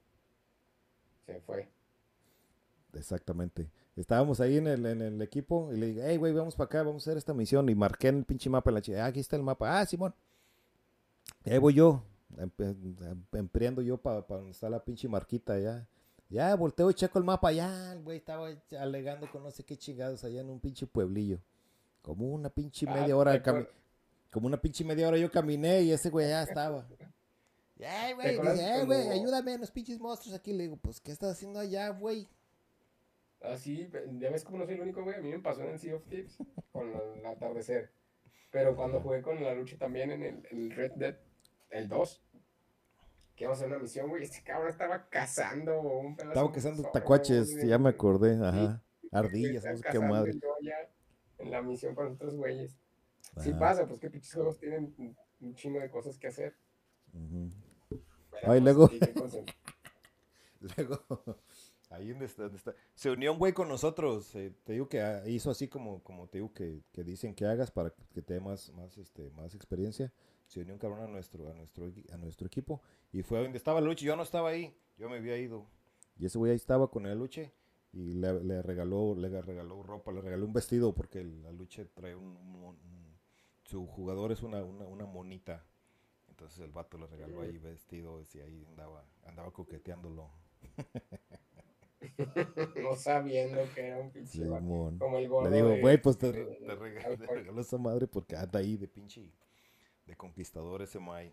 Se fue. Exactamente. Estábamos ahí en el equipo y le dije, hey, güey, vamos para acá, vamos a hacer esta misión. Y marqué en el pinche mapa en la chica. Ah, aquí está el mapa. Ah, Simón. Y ahí voy yo, empreando yo para donde está la pinche marquita ya. Ya volteo y checo el mapa. Ya, el güey estaba alegando con no sé qué chingados allá en un pinche pueblillo. Como una pinche Ah, media hora, como una pinche media hora yo caminé y ese güey ya estaba. Ya, ¿te güey, acuerdas dice, güey, cuando ayúdame a los pinches monstruos aquí. Le digo, pues, ¿qué estás haciendo allá, güey? así, ya ves como no soy el único, güey? A mí me pasó en el Sea of Thieves con el atardecer. Pero cuando Ajá. jugué con la lucha también en el Red Dead, el 2 que íbamos a hacer una misión, güey, este cabrón estaba cazando un pedazo Estaba de un cazando zorro, tacuaches, güey. ya me acordé, Sí, ajá. güey, Ardillas, no estaba sé qué cazando madre. y yo allá en la misión con otros güeyes. Sí Ajá. pasa, pues que pinches juegos tienen un chingo de cosas que hacer. Ujú. Pero Ay, pues luego, hay que concentrar. luego, ahí donde está. Se unió un güey con nosotros. Te digo que hizo así como te digo que dicen que hagas para que te dé más experiencia. Se unió un cabrón a nuestro equipo. Y fue a donde estaba Luche. Yo no estaba ahí. Yo me había ido. Y ese güey ahí estaba con el Luche. Y le regaló ropa, le regaló un vestido porque la Luche trae su jugador es una monita. Entonces el vato le regaló ahí vestidos y ahí andaba coqueteándolo. No sabiendo que era un pinche Simón. como el Le gordo digo, güey, pues de te Alcohol. regaló esa madre porque anda ahí de pinche de conquistador ese Mai.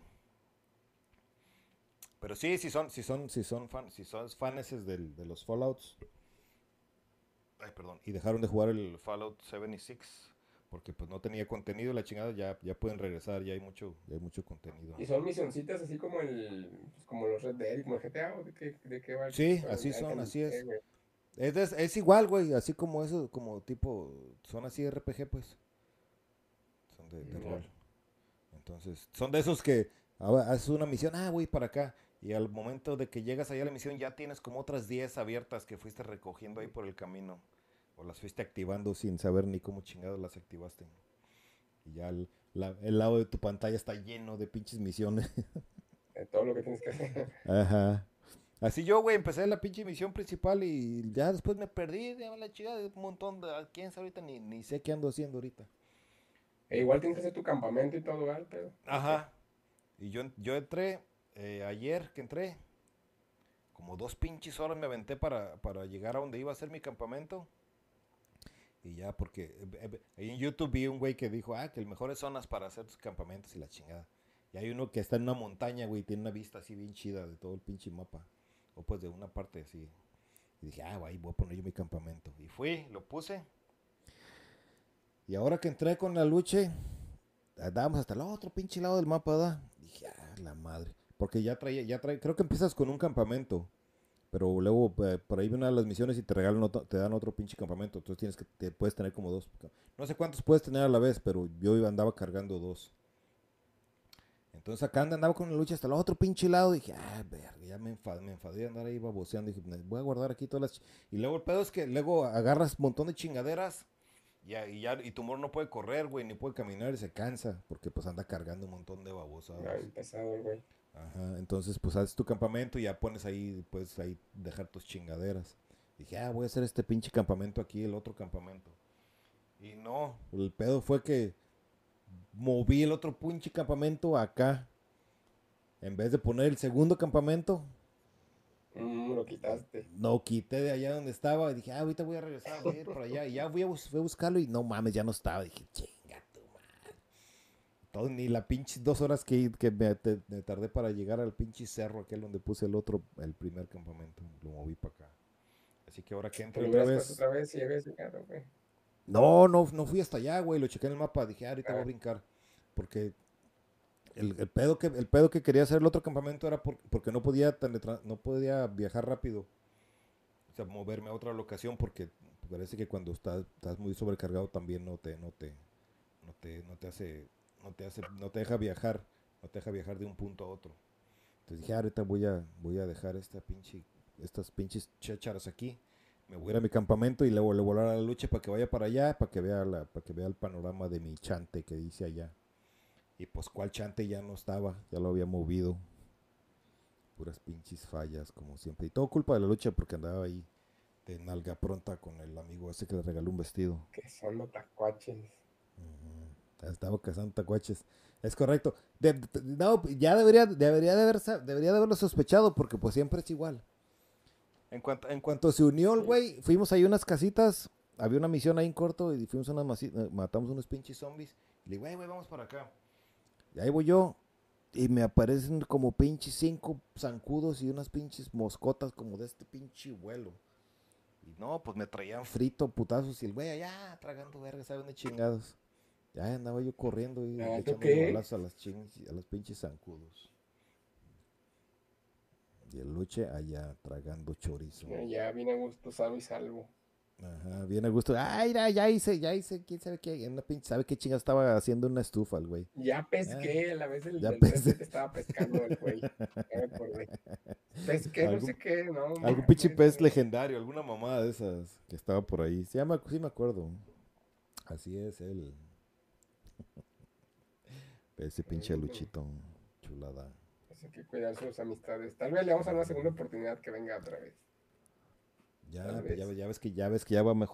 Pero sí, si son fanes de los Fallouts, ay, perdón, y dejaron de jugar el Fallout 76 porque pues no tenía contenido la chingada, ya pueden regresar, ya hay mucho contenido. Y son misioncitas así como pues, como los Red Dead y como el GTA, ¿o de qué va el pinche Sí, juego? así La neta son, ni así sé, es. güey. Es igual, güey, así como eso, como tipo, son así RPG, pues, son de Ya. rol. Entonces, son de esos que haces una misión, voy para acá. Y al momento de que llegas allá a la misión ya tienes como otras 10 abiertas que fuiste recogiendo ahí por el camino. O las fuiste activando sin saber ni cómo chingados las activaste. Y ya el lado de tu pantalla está lleno de pinches misiones. De todo lo que tienes que hacer. Ajá. Así yo, güey, empecé la pinche misión principal y ya después me perdí, ya la chica de un montón de... ¿Quién sabe ahorita? Ni sé qué ando haciendo ahorita. E igual tienes que hacer tu campamento y todo, ¿verdad? Pero, ¿o qué? Ajá. Y yo entré, ayer que entré, como 2 pinches horas me aventé para llegar a donde iba a ser mi campamento. Y ya, porque ahí en YouTube vi un güey que dijo, que el mejores zonas para hacer tus campamentos y la chingada. Y hay uno que está en una montaña, güey, tiene una vista así bien chida de todo el pinche mapa. O pues de una parte así. Y dije, güey, voy a poner yo mi campamento. Y fui, lo puse. Y ahora que entré con la lucha, andábamos hasta el otro pinche lado del mapa, ¿verdad? Dije, la madre. Porque ya trae, creo que empiezas con un campamento. Pero luego por ahí viene una de las misiones y te regalan te dan otro pinche campamento. Entonces te puedes tener como dos. No sé cuántos puedes tener a la vez, pero yo andaba cargando dos. Entonces acá andaba con la lucha hasta el otro pinche lado. Dije, verga, ya me enfadé de andar ahí baboseando. Dije, voy a guardar aquí todas las. Y luego el pedo es que luego agarras un montón de chingaderas. Y tu morro no puede correr, güey, ni puede caminar y se cansa. Porque pues anda cargando un montón de Ya babosadas. empezado el güey. Ajá, entonces pues haces tu campamento y ya pones ahí, puedes ahí dejar tus chingaderas. Dije, voy a hacer este pinche campamento aquí, el otro campamento. Y no, el pedo fue que moví el otro pinche campamento acá. En vez de poner el segundo campamento, Lo quitaste. no quité de allá donde estaba. Y dije, ahorita voy a regresar, voy a ir por allá. Y ya fui a buscarlo y no mames, ya no estaba. Dije, chinga tu madre. Ni la pinche 2 horas que me tardé para llegar al pinche cerro aquel donde puse el primer campamento. Lo moví para acá. Así que ahora que Te entre lo otra hubieras puesto vez. otra vez y ya habías llegado, güey. No fui hasta allá, güey. Lo chequé en el mapa. Dije, ahorita voy a Ah, brincar. Porque el pedo que quería hacer el otro campamento era porque no podía viajar rápido. O sea, moverme a otra locación porque parece que cuando estás muy sobrecargado también no te deja viajar. No te deja viajar de un punto a otro. Entonces dije, ahorita voy a dejar estas pinches chácharas aquí. Me voy a ir a mi campamento y luego le volar a la lucha para que vaya para allá, para que vea el panorama de mi chante que dice allá. Y pues cuál chante ya no estaba, ya lo había movido. Puras pinches fallas, como siempre. Y todo culpa de la lucha porque andaba ahí de nalga pronta con el amigo ese que le regaló un vestido. que son los tacuaches. Estaba cazando tacuaches. Es correcto. No, ya debería de haberlo sospechado porque pues siempre es igual. En cuanto se unió el Sí. güey, fuimos ahí a unas casitas. Había una misión ahí en corto y fuimos matamos unos pinches zombies. Y le digo, güey, vamos para acá. Y ahí voy yo. Y me aparecen como pinches 5 zancudos y unas pinches moscotas como de este pinche vuelo. Y no, pues me traían frito, putazos. Y el güey allá tragando verga, ¿saben de chingados? Ya andaba yo corriendo y Ah, ¿tú echándole qué? balazos a los pinches zancudos. Y el luche allá tragando chorizo. Ya vine a gusto, salvo y salvo. Ajá, bien a gusto. Ay, ya hice, quién sabe qué. ¿Sabe qué chingas estaba haciendo una estufa el güey? Ya Ah, pesqué, a la vez ya del Red pensé. Dead estaba pescando el güey. Ya me acordé. Pesqué, no sé algún, qué, no algún pinche mames, pez güey. legendario, alguna mamada de esas que estaba por ahí. Sí me acuerdo. Así es él. Ese pinche Mm, luchito. Chulada. pues hay que cuidar sus amistades. Tal vez le vamos a dar una segunda oportunidad que venga otra vez. Tal Ya, pues vez. ya ves que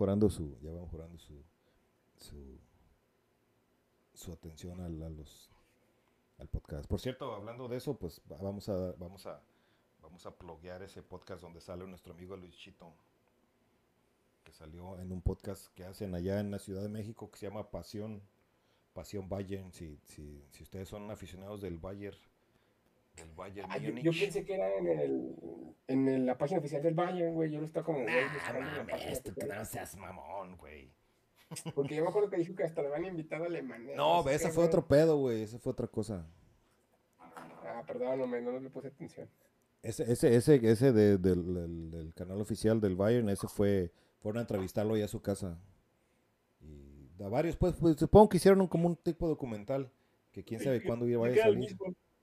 ya va mejorando su atención al podcast. Por cierto, hablando de eso, pues vamos a pluguear ese podcast donde sale nuestro amigo Luisito, que salió en un podcast que hacen allá en la Ciudad de México que se llama Pasión Bayern. Si ustedes son aficionados del Bayern Ah, yo Múnich. pensé que era la página oficial del Bayern, güey. Yo lo estaba como, güey, Nah, buscando en la página mames, tú oficial. no seas mamón, güey. Porque yo me acuerdo que dijo que hasta le van a invitar a Alemania, no No, sé esa qué, fue güey. otro pedo, güey. Esa fue otra cosa. Perdóname, no le puse atención. Ese del canal oficial del Bayern, fueron a entrevistarlo ya a su casa. Y a varios, pues supongo que hicieron como un tipo documental, que quién sabe cuándo Se vaya a queda el salir. mismo.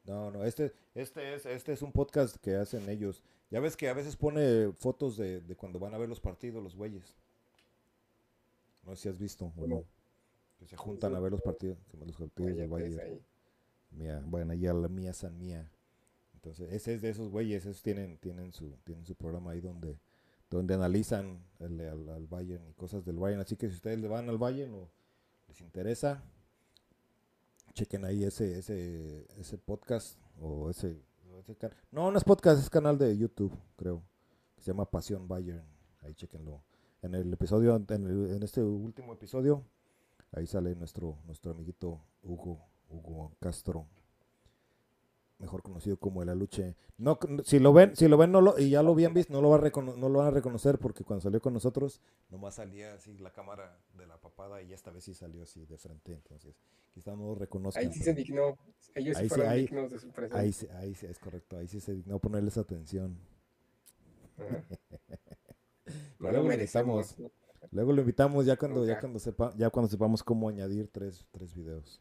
No, no, este es un podcast que hacen ellos. Ya ves que a veces pone fotos de cuando van a ver los partidos, los güeyes. No sé si has visto o no. Bueno, Que se pues juntan a ver los partidos del mayates Bayern. ahí. Mía, bueno, allá la mía San Mía. Entonces, ese es de esos güeyes, esos tienen su programa ahí donde analizan al Bayern y cosas del Bayern. Así que si ustedes le van al Bayern o les interesa, chequen ahí ese podcast no, no es podcast, es canal de YouTube, creo. Que se llama Pasión Bayern. Ahí chequenlo. En este último episodio, ahí sale nuestro amiguito Hugo Castro, mejor conocido como el Aluche. No, si lo ven y ya lo habían visto, no lo van a reconocer porque cuando salió con nosotros, nomás salía así la cámara de la papada y esta vez sí salió así de frente. Entonces, quizás no lo Ahí reconozcan, sí se pero dignó. Ellos sí ahí sí, fueron dignos de su presencia. ahí sí, es correcto, ahí sí se dignó ponerles atención. Ajá. Pero No lo luego lo merecemos, invitamos. ¿no? Luego lo invitamos Nunca. ya cuando sepamos cómo añadir tres videos.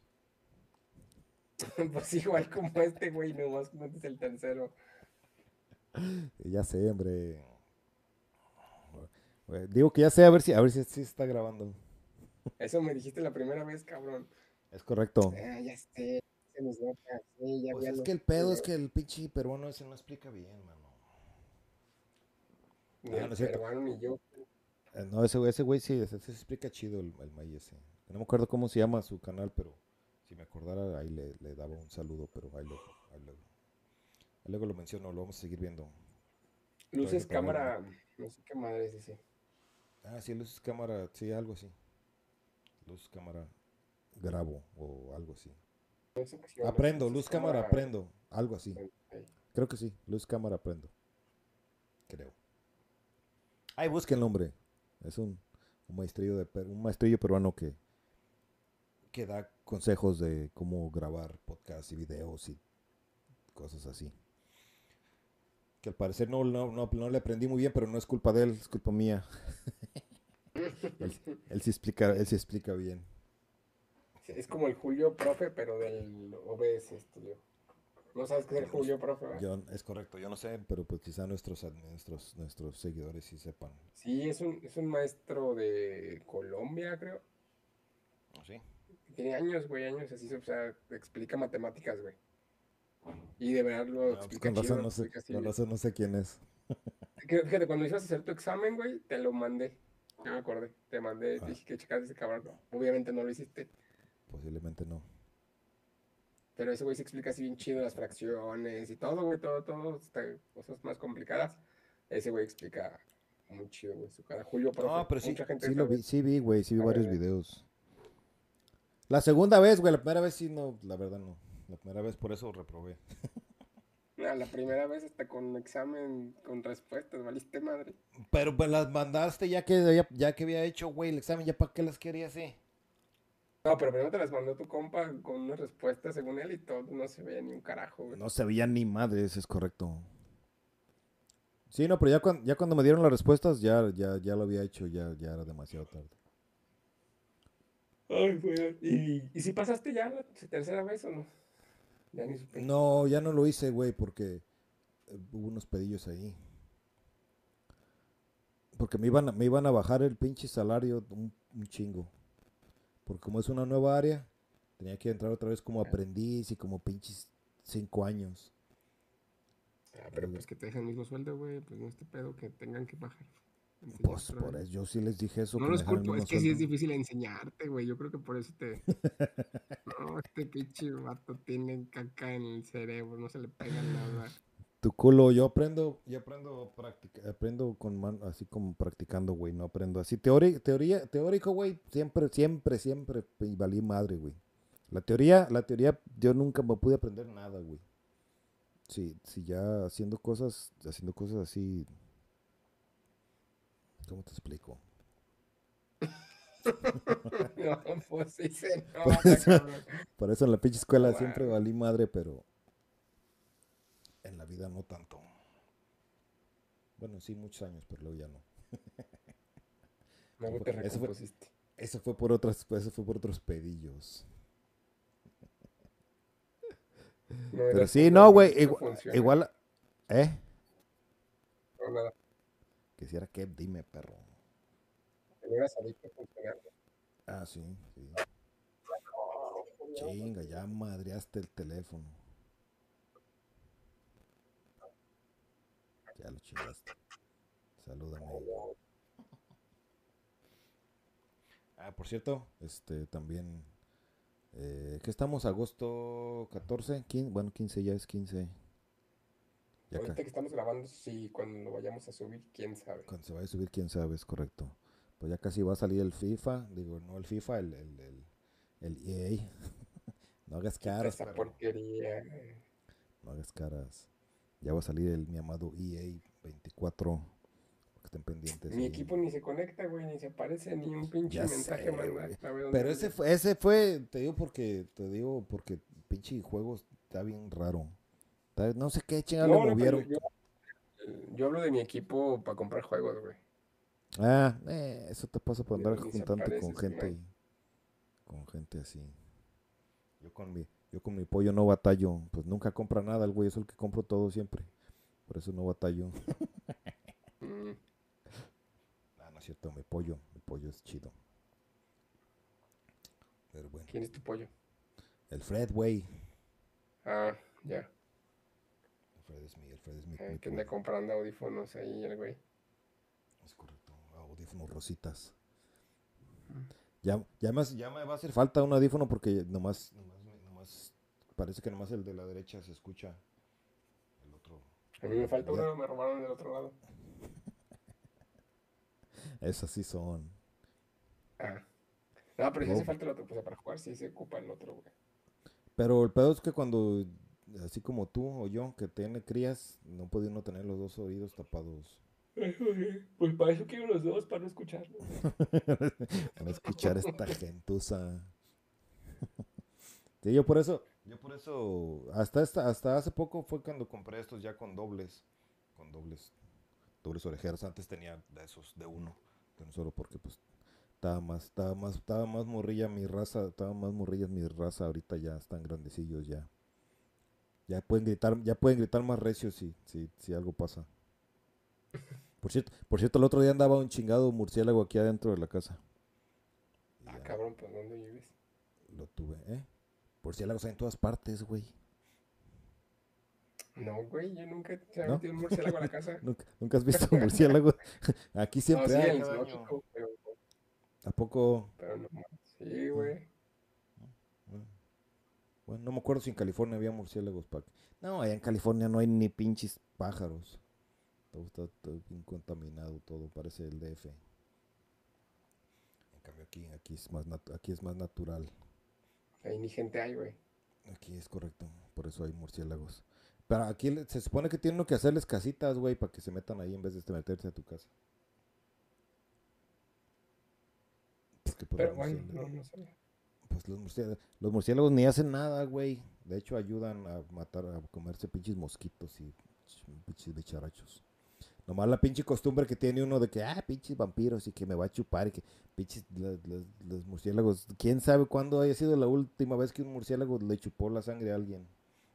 Pues igual como este güey, nomás no es el tercero. Ya sé, hombre. Digo que ya sé, a ver si sí está grabando. Eso me dijiste la primera vez, cabrón. Es correcto. Ah, ya sé. Se nos nota. Sí, ya Pues vi a es los que el pedo es videos. que el pinche peruano ese no explica bien, mano. Ni Ah, el no es cierto. peruano ni yo. No, ese güey sí, ese se explica chido el May ese. No me acuerdo cómo se llama su canal, pero si me acordara ahí le daba un saludo, pero ahí luego lo menciono, lo vamos a seguir viendo. Todo ese Luces, programa. cámara. No sé qué madre es ese. Ah, sí, luz, cámara, sí, algo así. Luz, cámara, grabo o algo así. No sé qué se llama. Aprendo, Luces, luz, cámara, cámara. aprendo, algo así. Ahí. Creo que sí, luz, cámara, aprendo, creo. Ahí busca el nombre. Es un maestrillo peruano que da consejos de cómo grabar podcasts y videos y cosas así. Que al parecer no le aprendí muy bien, pero no es culpa de él, es culpa mía. Él, él sí explica bien. Es como el Julio Profe, pero del OBS Studio. No sabes qué es el No, Julio Profe, ¿verdad? es correcto, yo no sé, pero pues quizá nuestros seguidores sí sepan. Sí, es un maestro de Colombia, creo. ¿Sí? Tiene años, güey, años así, o sea, explica matemáticas, güey. Y de verdad lo No, pues explica chido, lo explica así con bien. razón no sé quién es. Fíjate, cuando ibas a hacer tu examen, güey, te lo mandé. Ya me acordé. Te mandé, te Ah, dije que checas ese cabrón. Obviamente no lo hiciste. posiblemente no. Pero ese güey se explica así bien chido las fracciones y todo, güey, todo, hasta cosas más complicadas. Ese güey explica muy chido, güey, su cara. Julio, No, profe. pero Mucha gente sí lo vi, también sí vi, güey, sí vi sabe varios de él. videos. La segunda vez, güey, la primera vez sí no, la verdad no. La primera vez por eso reprobé. Ah, la primera vez hasta con examen, con respuestas, valiste madre. Pero pues las mandaste ya que había hecho, güey, el examen, ya para qué las quería así. No, pero primero te las mandó tu compa con una respuesta según él y todo, no se veía ni un carajo, güey. No se veía ni madres, es correcto. Sí, no, pero ya cuando me dieron las respuestas, ya lo había hecho, ya era demasiado tarde. Ay, güey. ¿Y si pasaste ya la tercera vez o no? Ya ni supe. No, ya no lo hice, güey, porque hubo unos pedillos ahí. Porque me iban a bajar el pinche salario un chingo. Porque como es una nueva área, tenía que entrar otra vez como aprendiz y como pinches 5 años. Ah, pero pues que te dejen el mismo sueldo, güey, pues no este pedo que tengan que bajar. Enseñar Pues otra por vez. eso yo sí les dije eso, No que me los dejaran el culpo, mismo es que sí es sueldo. difícil enseñarte, güey. Yo creo que por eso te. No, este pinche vato tiene caca en el cerebro, no se le pega nada. Tu culo, aprendo así como practicando, güey, no aprendo así. Teórico, güey, siempre, y valí madre, güey. La teoría, yo nunca me pude aprender nada, güey. Sí, ya haciendo cosas así, ¿cómo te explico? No, pues sí se Por nota, eso, cabrón. por eso en la pinche No escuela siempre mames. valí madre, pero en la vida no tanto. Bueno, sí, muchos años, pero luego ya no. Luego te recompusiste. Eso fue por otros pedillos. No Pero era sí, no, jugable, güey, no funciona. igual, ¿eh? No, nada. Quisiera que, dime, perro. No era salir a funcionar. Ah, sí, sí. Chinga, ya madreaste el teléfono. Ya lo chingaste. Salúdame. Ah, por cierto, también, ¿qué estamos? ¿Agosto 14? 15, bueno, 15 ya es 15. Ya acá. Ahorita que estamos grabando, sí, cuando lo vayamos a subir, quién sabe. Cuando se vaya a subir, quién sabe, es correcto. Pues ya casi va a salir el FIFA. Digo, no el FIFA, el EA. No hagas Quita caras, esa perro. porquería. No hagas caras. Ya va a salir mi amado EA 24. Para que estén pendientes Mi ahí. equipo ni se conecta, güey, ni se aparece, ni un pinche Ya mensaje sé, manda. güey. A ver dónde Pero anda. ese fue, te digo porque pinche juego está bien raro. No sé qué chingada le No, no, pero movieron. yo hablo de mi equipo para comprar juegos, güey. Ah, eso te pasa por andar Ni se juntante aparece ese man. con gente así. Yo con mi pollo no batallo. Pues nunca compra nada, el güey es el que compro todo siempre. Por eso no batallo. Mm, Ah, no es cierto, mi pollo es chido. Pero bueno. ¿Quién es tu pollo? El Fred, güey. Ah, ya. El Fred es mi Que anda pollo. comprando audífonos ahí el güey. Es correcto. Audífonos rositas. Ya me va a hacer falta un audífono porque nomás parece que nomás el de la derecha se escucha. El otro. A mí me falta Ya, uno, me robaron del otro lado. esas sí son. Ah. No, pero si hace Oh, falta el otro, pues para jugar sí se ocupa el otro, güey. pero el pedo es que cuando, así como tú o yo, que tiene crías, no puede uno tener los dos oídos tapados. Pues para eso quiero los dos, para no escucharlo. Para escuchar esta gentuza. Sí, yo por eso, hasta hace poco fue cuando compré estos ya con dobles orejeras. Antes tenía de esos de un solo porque pues estaba más morrilla mi raza, estaba más morrillas mi raza. Ahorita ya están grandecillos ya. Ya pueden gritar más recio si algo pasa. Por cierto, el otro día andaba un chingado murciélago aquí adentro de la casa. Y Ah, ya cabrón, pues ¿dónde vives? lo tuve, ¿eh? Murciélagos hay en todas partes, güey. No, güey, yo nunca se ha ¿No? metido un murciélago a la casa. ¿Nunca has visto murciélagos? Aquí No, siempre sí, hay en el cada año. zoológico, ¿A poco? pero no más. Sí, Ah, güey. ah. Bueno, no me acuerdo si en California había murciélagos. No, allá en California no hay ni pinches pájaros. Todo está todo bien contaminado, todo parece el DF. En cambio aquí es más natural. Ahí ni gente hay, güey. Aquí es correcto, por eso hay murciélagos. Pero aquí se supone que tienen que hacerles casitas, güey, para que se metan ahí en vez de meterse a tu casa. Porque pues los Pero bueno, murciélagos, no, no sé. pues los murciélagos ni hacen nada, güey. De hecho ayudan a matar, a comerse pinches mosquitos y pinches bicharachos. Nomás la pinche costumbre que tiene uno de que, pinches vampiros y que me va a chupar y que pinches los murciélagos. ¿Quién sabe cuándo haya sido la última vez que un murciélago le chupó la sangre a alguien?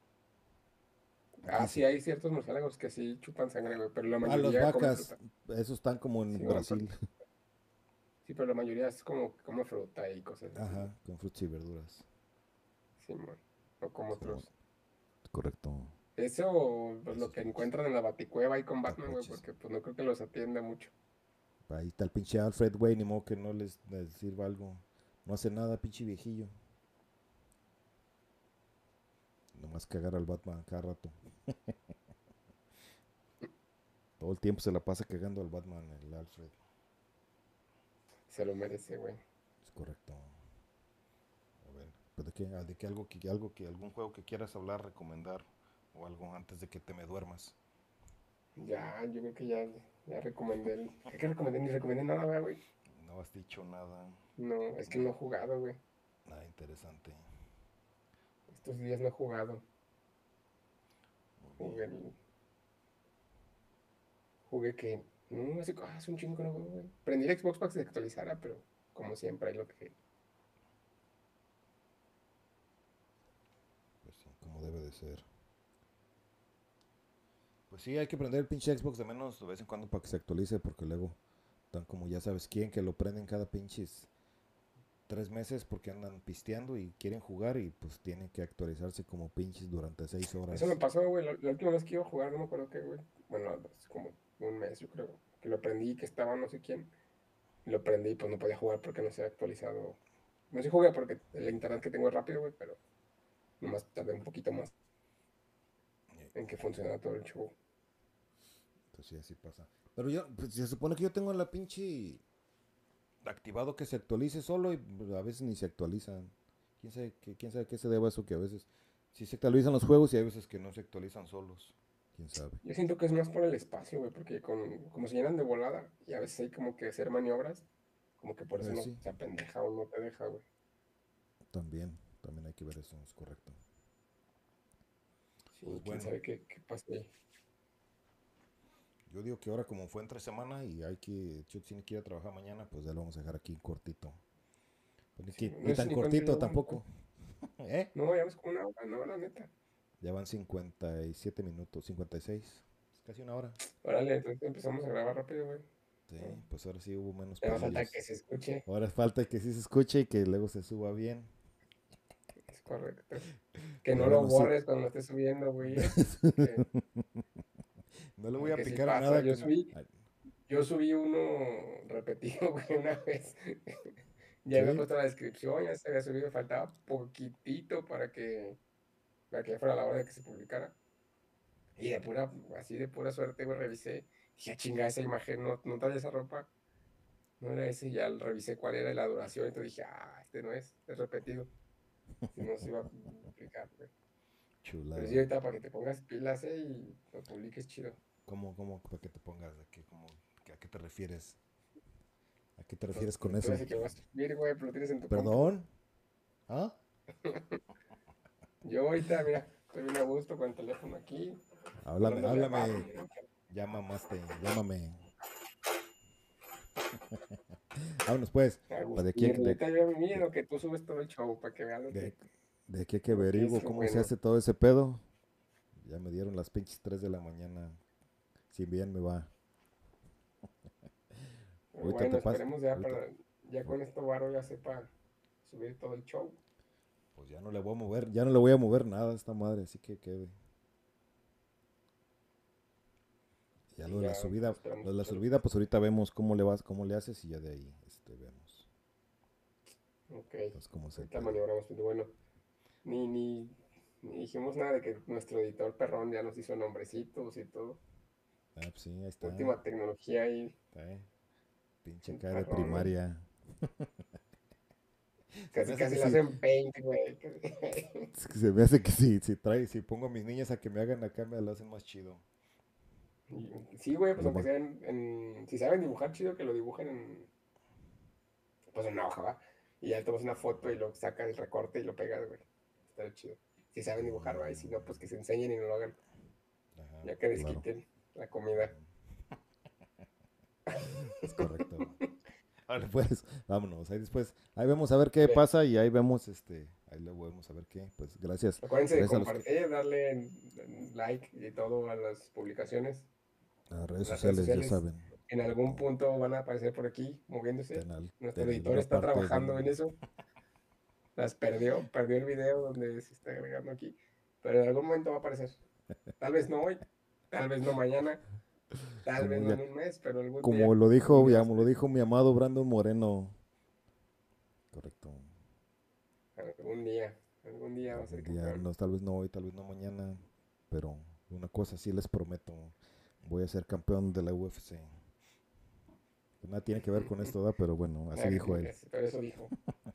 Ah, Aquí sí, sí. hay ciertos murciélagos que sí chupan sangre, güey, pero la Las mayoría come vacas, fruta. esos están como en Simón, Brasil. sí, pero la mayoría es como que come fruta y cosas así, güey. Ajá, con frutas y verduras. Simón, no como Simón, otros. correcto. Eso, pues lo Esos que pinches encuentran en la Baticueva ahí con Batman, güey, tlacuaches. porque pues no creo que los atienda mucho. Ahí está el pinche Alfred, güey, ni modo que no les sirva algo. No hace nada, pinche viejillo. Nomás cagar al Batman cada rato. Todo el tiempo se la pasa cagando al Batman, el Alfred. Se lo merece, güey. Es correcto. A ver, pues de qué algún juego que quieras hablar, recomendar o algo antes de que te me duermas. Ya, yo creo que ya recomendé. ¿Qué recomendé? Ni recomendé nada, güey. No has dicho nada, No, es que no he jugado, güey. nada interesante. Estos días no he jugado. Muy Jugué, bien. jugué que. No, hace un chingo que no juego, güey. Prendí el Xbox para que se actualizara, pero como siempre ahí lo dejé. Pues sí, como como debe de ser. Pues sí, hay que prender el pinche Xbox de menos de vez en cuando para que se actualice, porque luego están como ya sabes quién, que lo prenden cada pinches 3 meses porque andan pisteando y quieren jugar y pues tienen que actualizarse como pinches durante 6 Eso me horas. pasó, güey, la última vez que iba a jugar, no me acuerdo qué, güey. Bueno, hace como un mes, yo creo, que lo aprendí, que estaba no sé quién. Y lo aprendí y pues no podía jugar porque no se había actualizado. No sé jugué porque el internet que tengo es rápido, güey, pero nomás tardé un poquito más en que funcionara todo el show. Pues sí, así pasa. Pero yo, pues, se supone que yo tengo la pinche activado que se actualice solo y pues, a veces ni se actualizan. Quién sabe qué se deba a eso que a veces sí se actualizan los juegos y hay veces que no se actualizan solos. ¿Quién sabe? Yo siento que es más por el espacio, güey, porque como se llenan de volada y a veces hay como que hacer maniobras, como que por eso no Sí, se apendeja o no te deja, güey. también hay que ver eso, es correcto. Pues Sí, quién bueno, sabe qué pasa ahí. yo digo que ahora como fue entre semana y Chuck tiene que ir a trabajar mañana, pues ya lo vamos a dejar aquí cortito. Pues Sí, ni no sé tan ni cuánto cortito llevamos, güey. tampoco. ¿Eh? No, ya ves como una hora, no, la neta. Ya van 57 minutos, 56. Es casi una hora. Órale, entonces empezamos a grabar rápido, güey. Sí, Ah, pues ahora sí hubo menos ya no falta pedillos. que se escuche, Ahora falta que sí se escuche y que luego se suba bien. es correcto. Que Pero no lo bueno, sí. borres cuando lo estés subiendo, güey, ¿eh? Que, No le voy a que sí picar a pasa. nada que no. Ay, Yo subí uno repetido, güey, una vez. Ya había sí, puesto la descripción, ya se había subido, faltaba poquitito para que ya fuera la hora de que se publicara. Y así de pura suerte, güey, revisé. Dije, "Ah, chinga, esa imagen no trae esa ropa. No era ese, y ya revisé cuál era la duración. Entonces dije, este no es repetido. Si no se iba a publicar, güey. Pero sí, chulada. ahorita para que te pongas pilas, y lo publiques chido. Para que te pongas? ¿A qué te refieres? ¿A qué te Pues, refieres con tú eso? dices que lo vas a subir, güey, pero lo tienes en tu compu. ¿Perdón? ¿Ah? Yo ahorita, mira, estoy bien a gusto con el teléfono aquí, Háblame, hablándole a Varo. háblame. Ya mamaste, llámame. Vámonos pues. Pues Agustín, yo te veo mi miedo que tú subes todo el show para que veas lo de, que, de aquí a que lo que averiguo es lo cómo se bueno. hace todo ese pedo. Ya me dieron las pinches 3 de la mañana. Si bien me va. Pero Ahorita te bueno, paso. esperemos ya Ahorita. ya con esto Varo ya sepa subir todo el show. Pues ya no le voy a mover. Ya no le voy a mover nada a esta madre. Así que quede. Ya Y ya esperamos lo de la escucharlo. subida, pues ahorita vemos cómo le vas, cómo le haces y ya de ahí vemos. Ok, Entonces, cómo es el ahorita pedo. maniobramos, pero bueno, ni, ni, ni dijimos nada de que nuestro editor perrón ya nos hizo nombrecitos y todo. Ah, pues sí, ahí está. Última tecnología ahí, Está, pinche el acá de perrón, güey. primaria. Se me Casi hace que casi le sí. hacen paint, güey. Se me hace que sí. Si pongo a mis niñas a que me hagan acá, me lo hacen más chido. Sí, güey, pues Lo aunque más. sea si saben dibujar chido, que lo dibujen pues en una hoja, ¿va? Y ya tomas una foto y lo sacas el recorte y lo pegas, güey. Está chido. Si saben dibujar, ¿va? Y si no, pues que se enseñen y no lo hagan. Ajá, Ya que claro. desquiten la comida. Es correcto. Vale, pues, vámonos. Ahí después, ahí vemos a ver qué Bien. pasa y ahí vemos, ahí lo vemos a ver qué. Pues gracias. Acuérdense de Gracias a los que, compartir, darle like y todo a las publicaciones, a las en redes las redes sociales, ya sociales. saben. En algún Correcto. punto van a aparecer por aquí moviéndose. De Nuestro editor alguna está parte trabajando en van. eso. Las perdió el video donde se está agregando aquí. Pero en algún momento va a aparecer. Tal vez no hoy, tal vez no mañana, tal vez Como no ya, en un mes, pero algún como día lo un dijo, video ya va a me lo salir. dijo mi amado Brandon Moreno. Correcto. Algún día va a ser Algún día, campeón. no, tal vez no hoy, tal vez no mañana, pero una cosa sí les prometo, voy a ser campeón de la UFC. Nada tiene que ver con esto, ¿verdad? Pero bueno, así Nada que dijo tiene que él, hacer, pero eso dijo.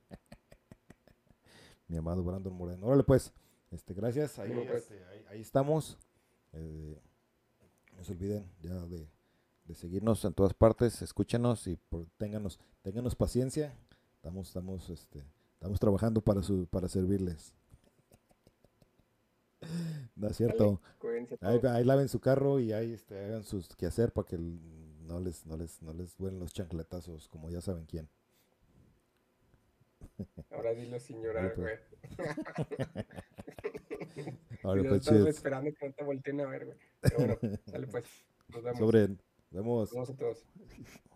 mi amado Brandon Moreno. Órale pues, gracias, Ánimo, pues. ahí estamos. Eh, no se olviden ya de seguirnos en todas partes, escúchenos y ténganos paciencia. Estamos trabajando para servirles. No es Dale, cierto. cuídense Ahí, todos. ahí laven su carro y ahí hagan sus quehacer para que no les vuelen los chancletazos, como ya saben quién. Ahora dilo sin Vale, llorar, pues. güey. Y Ahora los pues estás chidos. esperando que no te volteen a ver, güey. Pero bueno, sale pues. Nos vemos. Sobre, Nos vemos. vemos a todos.